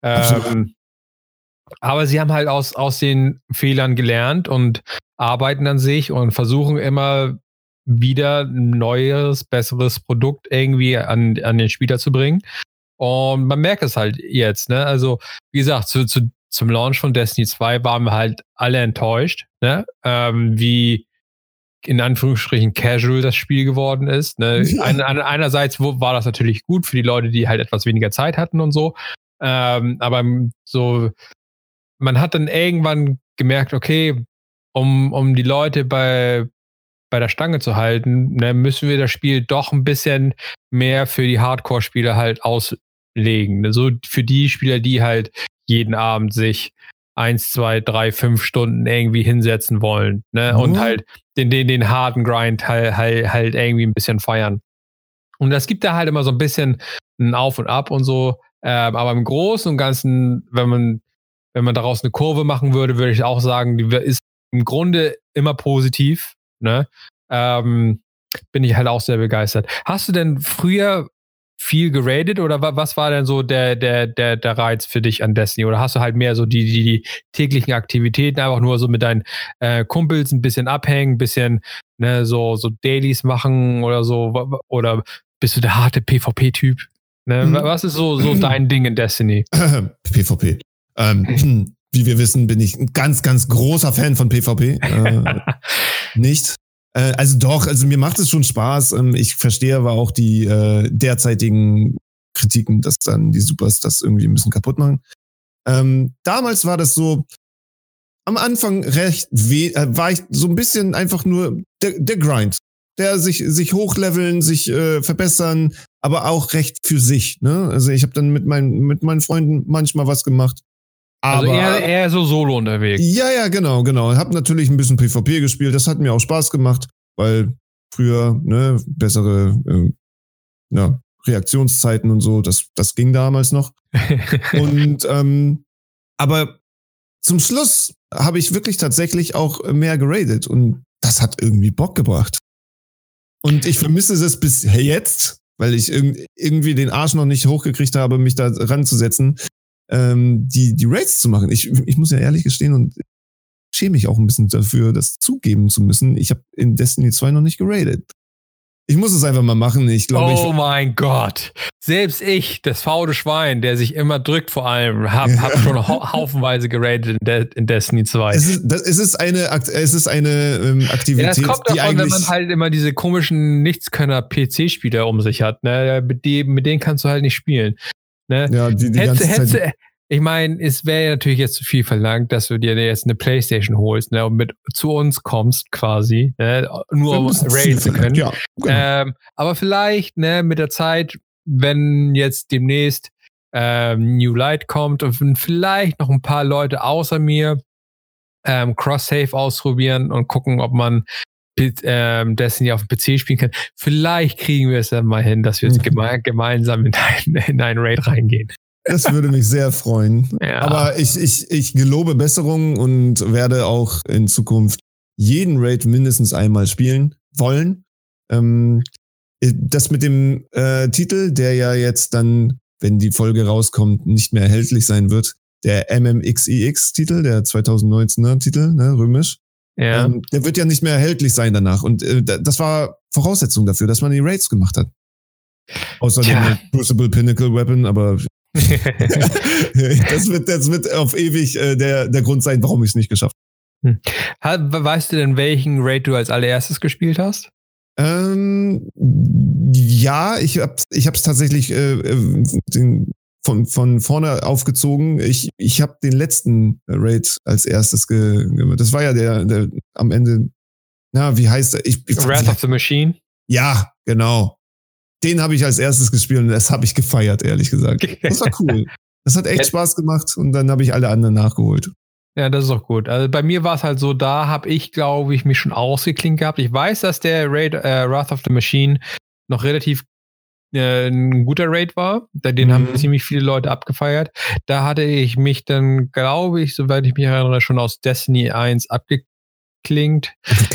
Aber sie haben halt aus den Fehlern gelernt und arbeiten an sich und versuchen immer wieder ein neues, besseres Produkt irgendwie an den Spieler zu bringen. Und man merkt es halt jetzt, ne? Also, wie gesagt, zum Launch von Destiny 2 waren wir halt alle enttäuscht, ne? Wie in Anführungsstrichen casual das Spiel geworden ist. Ne? Ja. Einerseits war das natürlich gut für die Leute, die halt etwas weniger Zeit hatten und so. Aber so, man hat dann irgendwann gemerkt, okay, um die Leute bei der Stange zu halten, ne, müssen wir das Spiel doch ein bisschen mehr für die Hardcore-Spieler halt auslegen. So für die Spieler, die halt jeden Abend sich 1, 2, 3, 5 Stunden irgendwie hinsetzen wollen, ne? Und halt den harten Grind halt irgendwie ein bisschen feiern. Und das gibt da halt immer so ein bisschen ein Auf und Ab und so. Aber im Großen und Ganzen, wenn man daraus eine Kurve machen würde, würde ich auch sagen, die ist im Grunde immer positiv, ne? Bin ich halt auch sehr begeistert. Hast du denn früher viel geradet oder was war denn so der Reiz für dich an Destiny? Oder hast du halt mehr so die täglichen Aktivitäten, einfach nur so mit deinen Kumpels ein bisschen abhängen, ein bisschen ne, so Dailies machen oder so? Oder bist du der harte PvP-Typ? Ne? Was ist so dein Ding in Destiny? PvP. Wie wir wissen, bin ich ein ganz, ganz großer Fan von PvP. Nicht. Also doch, also mir macht es schon Spaß. Ich verstehe aber auch die derzeitigen Kritiken, dass dann die Supers das irgendwie ein bisschen kaputt machen. Damals war das so, am Anfang war ich so ein bisschen einfach nur der Grind. Der sich hochleveln, sich verbessern, aber auch recht für sich. Ne? Also ich habe dann mit meinen Freunden manchmal was gemacht. Aber also eher so solo unterwegs. Ja, genau. Hab natürlich ein bisschen PvP gespielt. Das hat mir auch Spaß gemacht, weil früher ne bessere Reaktionszeiten und so, das ging damals noch. Und aber zum Schluss habe ich wirklich tatsächlich auch mehr geradet und das hat irgendwie Bock gebracht. Und ich vermisse es bis jetzt, weil ich irgendwie den Arsch noch nicht hochgekriegt habe, mich da ranzusetzen, die Raids zu machen. Ich muss ja ehrlich gestehen und schäme mich auch ein bisschen dafür, das zugeben zu müssen. Ich habe in Destiny 2 noch nicht geradet. Ich muss es einfach mal machen. Ich glaube, mein Gott. Selbst ich, das faule Schwein, der sich immer drückt vor allem, hab schon haufenweise geratet in Destiny 2. Es ist eine Aktivität, ja, das kommt davon, wenn man halt immer diese komischen Nichtskönner-PC-Spieler um sich hat. Ne? Mit denen kannst du halt nicht spielen. Ne? Ja, die ganze Zeit. Ich meine, es wäre ja natürlich jetzt zu viel verlangt, dass du dir jetzt eine Playstation holst, ne, und mit zu uns kommst quasi, ne, nur um raiden zu können. Ja, genau. Aber vielleicht, ne, mit der Zeit, wenn jetzt demnächst New Light kommt und vielleicht noch ein paar Leute außer mir Cross-Save ausprobieren und gucken, ob man Destiny auf dem PC spielen kann. Vielleicht kriegen wir es dann mal hin, dass wir jetzt gemeinsam in ein Raid reingehen. Das würde mich sehr freuen. Ja. Aber ich gelobe Besserung und werde auch in Zukunft jeden Raid mindestens einmal spielen wollen. Das mit dem Titel, der ja jetzt dann, wenn die Folge rauskommt, nicht mehr erhältlich sein wird, der MMXEX-Titel, der 2019er Titel, ne, römisch, ja. Der wird ja nicht mehr erhältlich sein danach. Und das war Voraussetzung dafür, dass man die Raids gemacht hat. Außer dem Crucible Pinnacle Weapon, aber das wird auf ewig der Grund sein, warum ich es nicht geschafft habe. Weißt du denn, welchen Raid du als allererstes gespielt hast? Ja, ich hab's tatsächlich von vorne aufgezogen. Ich habe den letzten Raid als erstes das war ja der am Ende, wie heißt er? Wrath of the Machine? Ja, genau. Den habe ich als erstes gespielt und das habe ich gefeiert, ehrlich gesagt. Das war cool. Das hat echt Spaß gemacht und dann habe ich alle anderen nachgeholt. Ja, das ist auch gut. Also bei mir war es halt so, da habe ich, glaube ich, mich schon ausgeklinkt gehabt. Ich weiß, dass der Raid Wrath of the Machine noch relativ ein guter Raid war. Den haben ziemlich viele Leute abgefeiert. Da hatte ich mich dann, glaube ich, soweit ich mich erinnere, schon aus Destiny 1 abgeklinkt.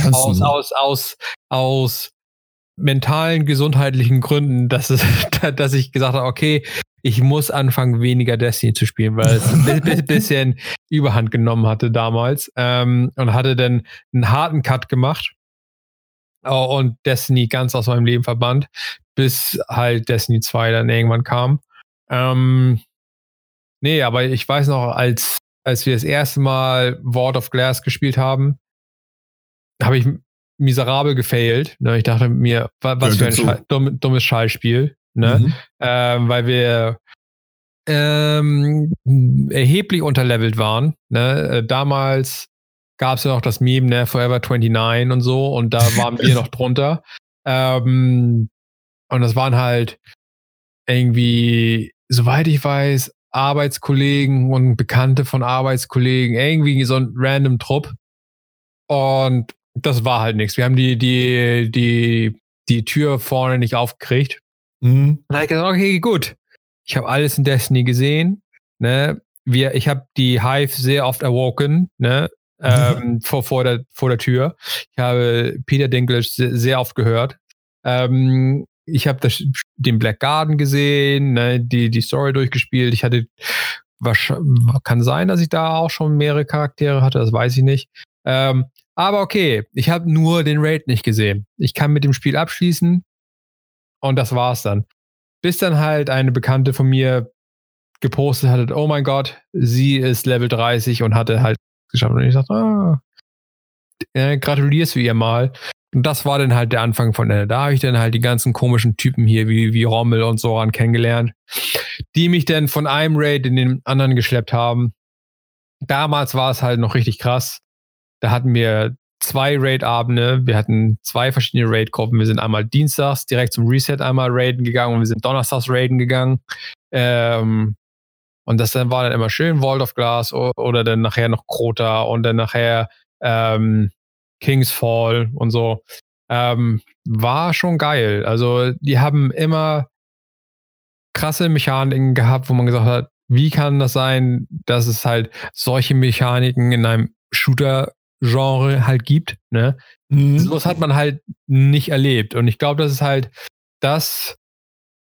Aus mentalen, gesundheitlichen Gründen, dass ich gesagt habe, okay, ich muss anfangen, weniger Destiny zu spielen, weil es ein bisschen Überhand genommen hatte damals und hatte dann einen harten Cut gemacht und Destiny ganz aus meinem Leben verbannt, bis halt Destiny 2 dann irgendwann kam. Nee, aber ich weiß noch, als wir das erste Mal World of Glass gespielt haben, habe ich miserabel gefailt. Ne? Ich dachte mir, was für ein dummes Scheißspiel. Ne? Weil wir erheblich unterlevelt waren. Ne? Damals gab es ja noch das Meme, ne, Forever 29 und so, und da waren wir noch drunter. Und das waren halt irgendwie, soweit ich weiß, Arbeitskollegen und Bekannte von Arbeitskollegen, irgendwie so ein random Trupp. Und das war halt nichts. Wir haben die Tür vorne nicht aufgekriegt. Dann habe ich gesagt, okay, gut. Ich habe alles in Destiny gesehen. Ne? Ich habe die Hive sehr oft awoken, ne? vor der Tür. Ich habe Peter Dinklage sehr oft gehört. Ich habe den Black Garden gesehen, ne? Die Story durchgespielt. Ich hatte kann sein, dass ich da auch schon mehrere Charaktere hatte, das weiß ich nicht. Aber okay, ich habe nur den Raid nicht gesehen. Ich kann mit dem Spiel abschließen und das war's dann. Bis dann halt eine Bekannte von mir gepostet hat, oh mein Gott, sie ist Level 30 und hatte halt geschafft. Und ich dachte, gratulierst du ihr mal. Und das war dann halt der Anfang von der. Da habe ich dann halt die ganzen komischen Typen hier, wie Rommel und Soran kennengelernt, die mich dann von einem Raid in den anderen geschleppt haben. Damals war es halt noch richtig krass. Da hatten wir 2 Raid-Abende. Wir hatten 2 verschiedene Raid-Gruppen. Wir sind einmal dienstags direkt zum Reset einmal raiden gegangen und wir sind donnerstags raiden gegangen. Und das dann war dann immer schön Vault of Glass oder dann nachher noch Crota und dann nachher King's Fall und so. War schon geil. Also die haben immer krasse Mechaniken gehabt, wo man gesagt hat, wie kann das sein, dass es halt solche Mechaniken in einem Shooter-Genre halt gibt, ne? Sowas hat man halt nicht erlebt. Und ich glaube, das ist halt das,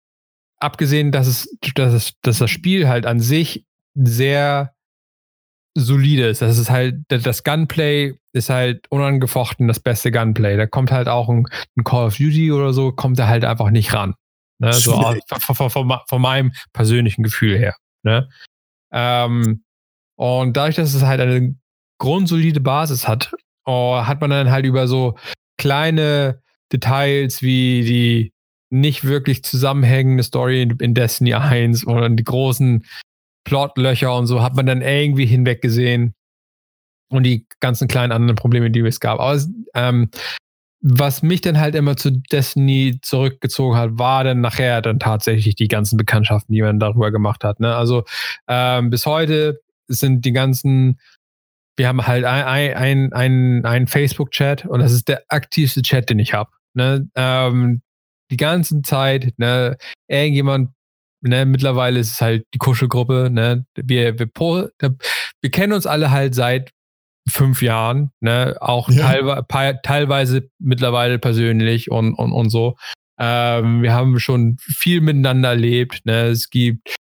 abgesehen, dass das Spiel halt an sich sehr solide ist. Das ist halt, das Gunplay ist halt unangefochten das beste Gunplay. Da kommt halt auch ein Call of Duty oder so, kommt da halt einfach nicht ran. Ne? So von meinem persönlichen Gefühl her. Ne? Und dadurch, dass es halt eine grundsolide Basis hat, hat man dann halt über so kleine Details wie die nicht wirklich zusammenhängende Story in Destiny 1 oder die großen Plotlöcher und so hat man dann irgendwie hinweggesehen und die ganzen kleinen anderen Probleme, die es gab. Aber was mich dann halt immer zu Destiny zurückgezogen hat, war dann nachher dann tatsächlich die ganzen Bekanntschaften, die man darüber gemacht hat. Ne? Also bis heute sind die ganzen, wir haben halt einen Facebook-Chat und das ist der aktivste Chat, den ich habe. Ne? Die ganze Zeit, ne, irgendjemand, ne, mittlerweile ist es halt die Kuschelgruppe, ne, wir kennen uns alle halt seit 5 Jahren, ne, auch teilweise mittlerweile persönlich und so. Wir haben schon viel miteinander erlebt, ne, es gibt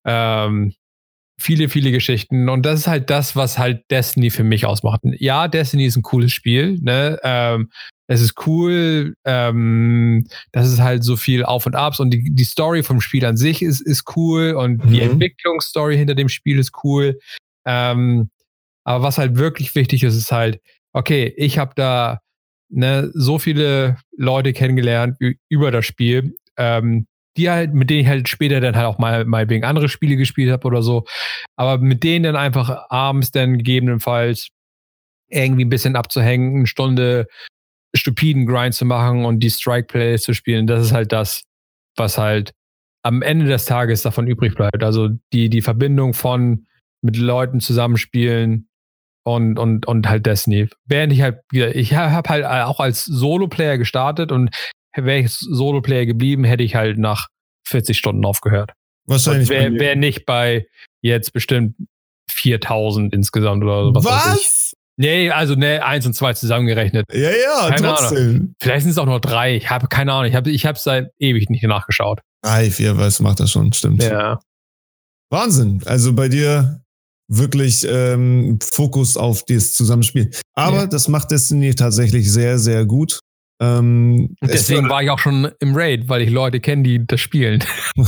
viele, viele Geschichten und das ist halt das, was halt Destiny für mich ausmacht. Ja, Destiny ist ein cooles Spiel, ne, es ist cool, dass es halt so viel Auf und Abs und die Story vom Spiel an sich ist cool und die Entwicklungsstory hinter dem Spiel ist cool. Aber was halt wirklich wichtig ist, ist halt, okay, ich habe da so viele Leute kennengelernt über das Spiel, die halt, mit denen ich halt später dann halt auch mal wegen andere Spiele gespielt habe oder so, aber mit denen dann einfach abends dann gegebenenfalls irgendwie ein bisschen abzuhängen, eine Stunde stupiden Grind zu machen und die Strike-Plays zu spielen, das ist halt das, was halt am Ende des Tages davon übrig bleibt. Also die Verbindung von mit Leuten zusammenspielen und halt Destiny. Während ich habe halt auch als Solo-Player gestartet und wäre ich Solo-Player geblieben, hätte ich halt nach 40 Stunden aufgehört. Wahrscheinlich. Wäre nicht bei jetzt bestimmt 4000 insgesamt oder so. Was? Nee, also 1 und 2 zusammengerechnet. Ja, keine trotzdem. Ahnung. Vielleicht sind es auch nur 3. Ich habe keine Ahnung. Ich habe seit ewig nicht nachgeschaut. 3, 4, was macht das schon, stimmt. Ja. Wahnsinn. Also bei dir wirklich Fokus auf das Zusammenspiel. Aber das macht Destiny tatsächlich sehr, sehr gut. Deswegen war ich auch schon im Raid, weil ich Leute kenne, die das spielen.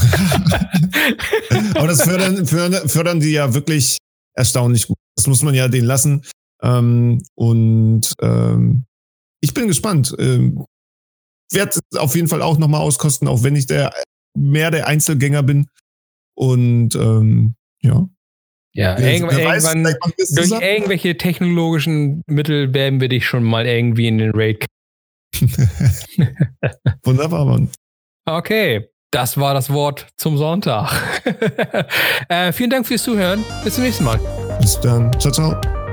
Aber das fördern die ja wirklich erstaunlich gut. Das muss man ja denen lassen. Ich bin gespannt. Werde auf jeden Fall auch nochmal auskosten, auch wenn ich mehr der Einzelgänger bin. Und ja. Ja, irgendwann durch irgendwelche technologischen Mittel werden wir dich schon mal irgendwie in den Raid. Wunderbar, Mann. Okay, das war das Wort zum Sonntag. Vielen Dank fürs Zuhören. Bis zum nächsten Mal. Bis dann. Ciao, ciao.